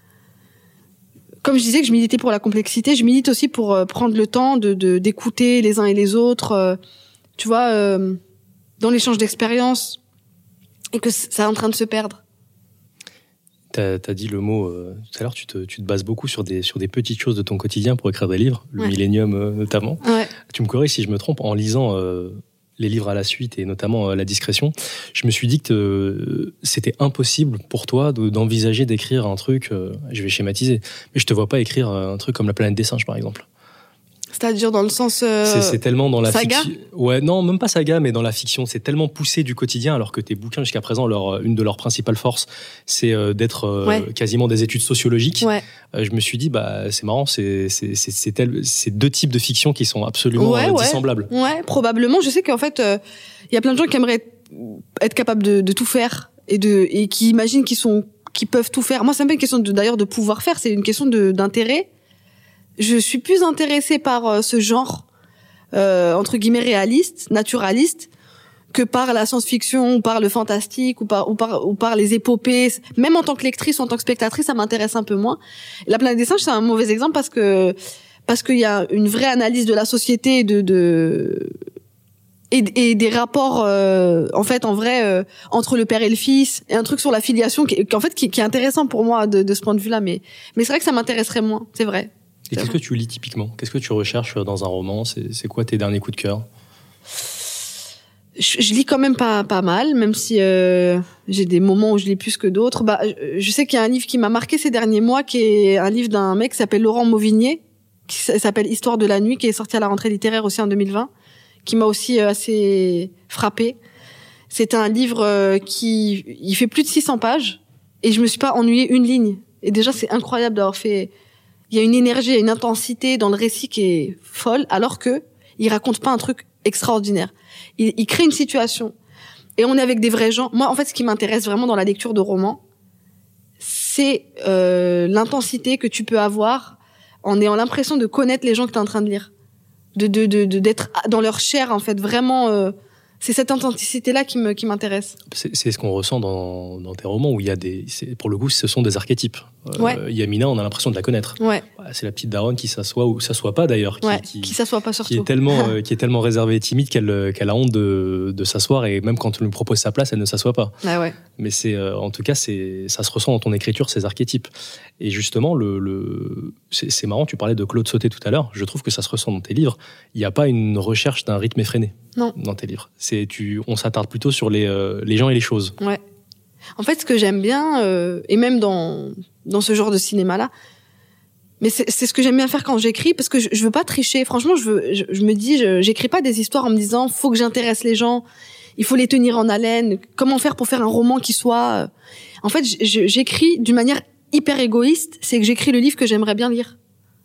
Comme je disais que je militais pour la complexité, je milite aussi pour euh, prendre le temps de, de d'écouter les uns et les autres, euh, tu vois, euh, dans l'échange d'expériences, et que c'est en train de se perdre. T'as, t'as dit le mot euh, tout à l'heure. Tu te, tu te bases beaucoup sur des sur des petites choses de ton quotidien pour écrire des livres, le ouais. Millennium euh, notamment. Ouais. Tu me corriges si je me trompe. En lisant euh, les livres à la suite et notamment euh, La Discrétion, je me suis dit que euh, c'était impossible pour toi de, d'envisager d'écrire un truc, euh, je vais schématiser, mais je te vois pas écrire un truc comme La Planète des Singes par exemple. C'est-à-dire dans le sens euh, c'est, c'est tellement dans la saga fiction. Ouais, non, même pas saga, mais dans la fiction, c'est tellement poussé du quotidien, alors que tes bouquins jusqu'à présent, leur une de leurs principales forces, c'est euh, d'être euh, ouais. quasiment des études sociologiques. Ouais. Euh, je me suis dit, bah c'est marrant, c'est c'est c'est c'est, tel, c'est deux types de fiction qui sont absolument ouais, euh, ouais. dissemblables. Ouais, probablement. Je sais qu'en fait, il euh, y a plein de gens qui aimeraient être, être capables de, de tout faire et de et qui imaginent qu'ils sont qui peuvent tout faire. Moi, c'est même pas une question de, d'ailleurs de pouvoir faire, c'est une question de d'intérêt. Je suis plus intéressée par euh, ce genre euh, entre guillemets réaliste, naturaliste, que par la science-fiction ou par le fantastique ou par ou par ou par les épopées. Même en tant que lectrice ou en tant que spectatrice, ça m'intéresse un peu moins. La planète des singes, c'est un mauvais exemple parce que parce qu'il y a une vraie analyse de la société de de et, et des rapports euh, en fait en vrai euh, entre le père et le fils, et un truc sur la filiation qui, qui en fait qui, qui est intéressant pour moi de, de ce point de vue-là, mais mais c'est vrai que ça m'intéresserait moins, c'est vrai. Et qu'est-ce que tu lis typiquement? Qu'est-ce que tu recherches dans un roman? C'est c'est quoi tes derniers coups de cœur? Je, je lis quand même pas pas mal, même si euh, j'ai des moments où je lis plus que d'autres. Bah, je, je sais qu'il y a un livre qui m'a marqué ces derniers mois, qui est un livre d'un mec qui s'appelle Laurent Mauvigné, qui s'appelle Histoire de la nuit, qui est sorti à la rentrée littéraire aussi en deux mille vingt, qui m'a aussi assez frappé. C'est un livre euh, qui il fait plus de six cents pages et je me suis pas ennuyée une ligne. Et déjà c'est incroyable d'avoir fait. Il y a une énergie, il y a une intensité dans le récit qui est folle, alors que il raconte pas un truc extraordinaire. Il, il crée une situation. Et on est avec des vrais gens. Moi, en fait, ce qui m'intéresse vraiment dans la lecture de romans, c'est euh, l'intensité que tu peux avoir en ayant l'impression de connaître les gens que tu es en train de lire. De, de, de, de, d'être dans leur chair, en fait. Vraiment, euh, c'est cette intensité-là qui me, qui m'intéresse. C'est, c'est ce qu'on ressent dans, dans tes romans, où il y a des, c'est, pour le coup, ce sont des archétypes. Euh, ouais. Yamina, on a l'impression de la connaître. Ouais. C'est la petite daronne qui s'assoit ou s'assoit pas d'ailleurs, qui, ouais, qui, qui s'assoit pas surtout, qui est tellement, euh, qui est tellement réservée et timide qu'elle, qu'elle a honte de, de s'asseoir, et même quand on lui propose sa place, elle ne s'assoit pas. Ah ouais. Mais c'est, euh, en tout cas, c'est, ça se ressent dans ton écriture, ces archétypes. Et justement, le, le, c'est, c'est marrant. Tu parlais de Claude Sauté tout à l'heure. Je trouve que ça se ressent dans tes livres. Il n'y a pas une recherche d'un rythme effréné. Non. Dans tes livres. C'est, tu, on s'attarde plutôt sur les, euh, les gens et les choses. Ouais. En fait, ce que j'aime bien, euh, et même dans, dans ce genre de cinéma-là, mais c'est, c'est ce que j'aime bien faire quand j'écris, parce que je, je veux pas tricher. Franchement, je veux, je, je me dis, je, j'écris pas des histoires en me disant, faut que j'intéresse les gens, il faut les tenir en haleine. Comment faire pour faire un roman qui soit... En fait, je, j'écris d'une manière hyper égoïste, c'est que j'écris le livre que j'aimerais bien lire.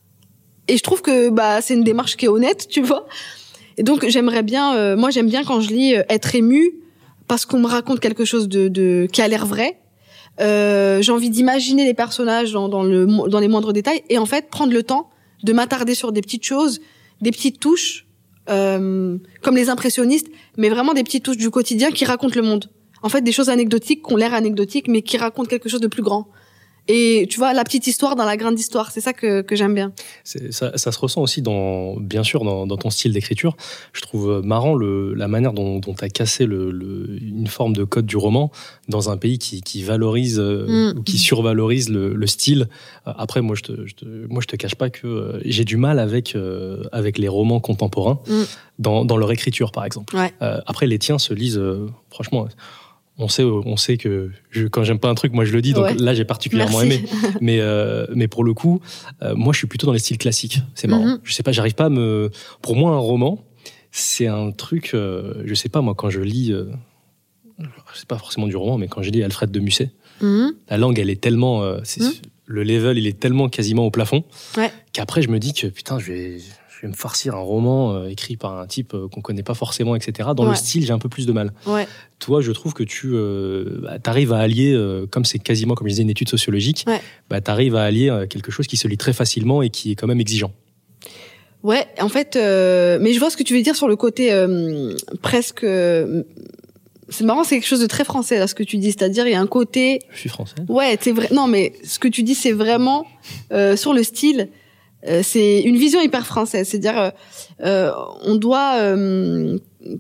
Et je trouve que bah c'est une démarche qui est honnête, tu vois. Et donc j'aimerais bien, euh, moi j'aime bien quand je lis euh, être émue parce qu'on me raconte quelque chose de, de qui a l'air vrai. Euh, j'ai envie d'imaginer les personnages dans, dans le dans les moindres détails, et en fait prendre le temps de m'attarder sur des petites choses, des petites touches, euh, comme les impressionnistes, mais vraiment des petites touches du quotidien qui racontent le monde. En fait, des choses anecdotiques qui ont l'air anecdotiques, mais qui racontent quelque chose de plus grand. Et tu vois, la petite histoire dans la grande histoire, c'est ça que, que j'aime bien. C'est, ça, ça se ressent aussi, dans, bien sûr, dans, dans ton style d'écriture. Je trouve marrant le, la manière dont tu as cassé le, le, une forme de code du roman dans un pays qui, qui valorise, mm. ou qui survalorise le, le style. Après, moi, je te, je te, moi, je te cache pas que euh, j'ai du mal avec, euh, avec les romans contemporains, mm. dans, dans leur écriture, par exemple. Ouais. Euh, après, les tiens se lisent, euh, franchement... On sait, on sait que je, quand j'aime pas un truc, moi je le dis. Donc ouais. Là, j'ai particulièrement Merci. aimé. Mais, euh, mais pour le coup, euh, moi, je suis plutôt dans les styles classiques. C'est marrant. Mm-hmm. Je sais pas, j'arrive pas à me. Pour moi, un roman, c'est un truc. Euh, je sais pas, moi, quand je lis, euh, c'est pas forcément du roman, mais quand je lis Alfred de Musset, mm-hmm. la langue, elle est tellement. Euh, c'est, mm-hmm. Le level, il est tellement quasiment au plafond, ouais. qu'après, je me dis que putain, je vais. Je vais me farcir un roman euh, écrit par un type euh, qu'on connaît pas forcément, et cetera. Dans ouais. le style, j'ai un peu plus de mal. Ouais. Toi, je trouve que tu euh, bah, arrives à allier, euh, comme c'est quasiment, comme je disais, une étude sociologique, ouais. bah, tu arrives à allier euh, quelque chose qui se lit très facilement et qui est quand même exigeant. Ouais, en fait, euh, mais je vois ce que tu veux dire sur le côté euh, presque... Euh, c'est marrant, c'est quelque chose de très français, là, ce que tu dis. C'est-à-dire, il y a un côté... Je suis français. Ouais, c'est vrai. Non, mais ce que tu dis, c'est vraiment euh, sur le style... Euh, c'est une vision hyper française, c'est-à-dire euh, on doit euh,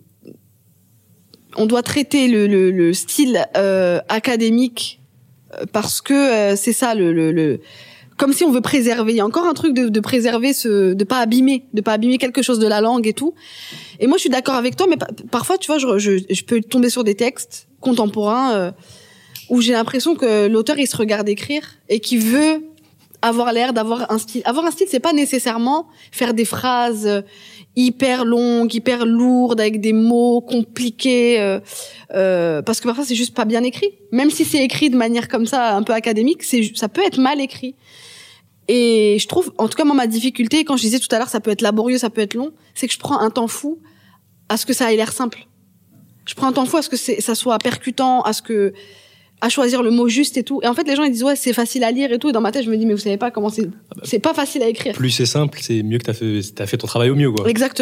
on doit traiter le, le, le style euh, académique parce que euh, c'est ça le, le, le comme si on veut préserver. Il y a encore un truc de, de préserver, ce, de pas abîmer, de pas abîmer quelque chose de la langue et tout. Et moi je suis d'accord avec toi, mais pa- parfois tu vois, je, je, je peux tomber sur des textes contemporains euh, où j'ai l'impression que l'auteur il se regarde écrire et qu'il veut avoir l'air d'avoir un style. Avoir un style, c'est pas nécessairement faire des phrases hyper longues, hyper lourdes, avec des mots compliqués, euh, euh, parce que parfois c'est juste pas bien écrit. Même si c'est écrit de manière comme ça, un peu académique, c'est, ça peut être mal écrit. Et je trouve, en tout cas moi, ma difficulté, quand je disais tout à l'heure, ça peut être laborieux, ça peut être long, c'est que je prends un temps fou à ce que ça ait l'air simple. Je prends un temps fou à ce que c'est, ça soit percutant, à ce que à choisir le mot juste et tout. Et en fait, les gens, ils disent, ouais, c'est facile à lire et tout. Et dans ma tête, je me dis, mais vous savez pas comment c'est, ah bah, c'est pas facile à écrire. Plus c'est simple, c'est mieux que t'as fait, t'as fait ton travail au mieux, quoi. Exactement.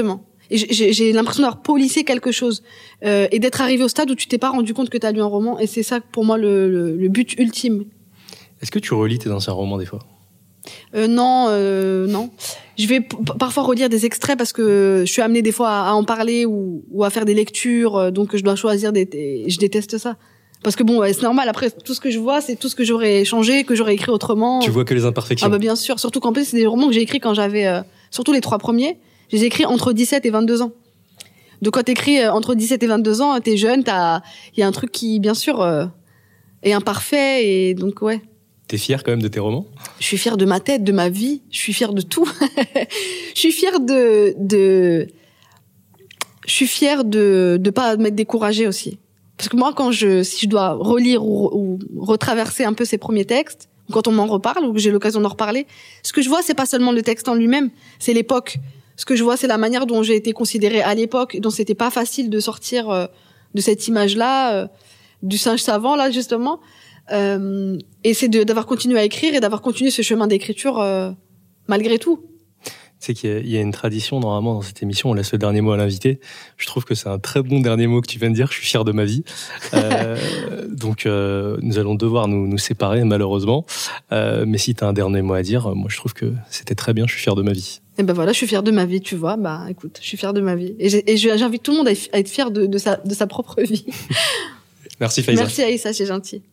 Et j'ai, j'ai l'impression d'avoir polissé quelque chose euh, et d'être arrivé au stade où tu t'es pas rendu compte que tu as lu un roman. Et c'est ça pour moi le, le, le but ultime. Est-ce que tu relis tes anciens romans des fois? euh, Non, euh, non. Je vais p- parfois relire des extraits parce que je suis amenée des fois à, à en parler ou, ou à faire des lectures, donc je dois choisir des. des je déteste ça. Parce que bon, ouais, c'est normal. Après, tout ce que je vois, c'est tout ce que j'aurais changé, que j'aurais écrit autrement. Tu vois que les imperfections. Ah bah bien sûr. Surtout qu'en plus, c'est des romans que j'ai écrits quand j'avais, euh, surtout les trois premiers, je les ai écrits entre dix-sept et vingt-deux ans. Donc quand t'écris euh, entre dix-sept et vingt-deux ans, t'es jeune, t'as, il y a un truc qui, bien sûr, euh, est imparfait et donc ouais. T'es fière quand même de tes romans? Je suis fière de ma tête, de ma vie. Je suis fière de tout. Je suis fière de, de, je suis fière de, de pas m'être découragée aussi. Parce que moi, quand je, si je dois relire ou, ou retraverser un peu ces premiers textes, ou quand on m'en reparle, ou que j'ai l'occasion d'en reparler, ce que je vois, c'est pas seulement le texte en lui-même, c'est l'époque. Ce que je vois, c'est la manière dont j'ai été considérée à l'époque, dont c'était pas facile de sortir euh, de cette image-là, euh, du singe savant, là, justement. Euh, et c'est de, d'avoir continué à écrire et d'avoir continué ce chemin d'écriture euh, malgré tout. C'est qu'il y a, il y a une tradition, normalement, dans cette émission, on laisse le dernier mot à l'invité. Je trouve que c'est un très bon dernier mot que tu viens de dire. Je suis fier de ma vie. Euh, donc, euh, nous allons devoir nous, nous séparer, malheureusement. Euh, mais si tu as un dernier mot à dire, moi, je trouve que c'était très bien. Je suis fier de ma vie. Et ben voilà, je suis fière de ma vie, tu vois. Bah, écoute, je suis fière de ma vie. Et, j'ai, et j'invite tout le monde à être fier de, de, sa, de sa propre vie. Merci, Faiza. Merci, Aïssa, c'est gentil.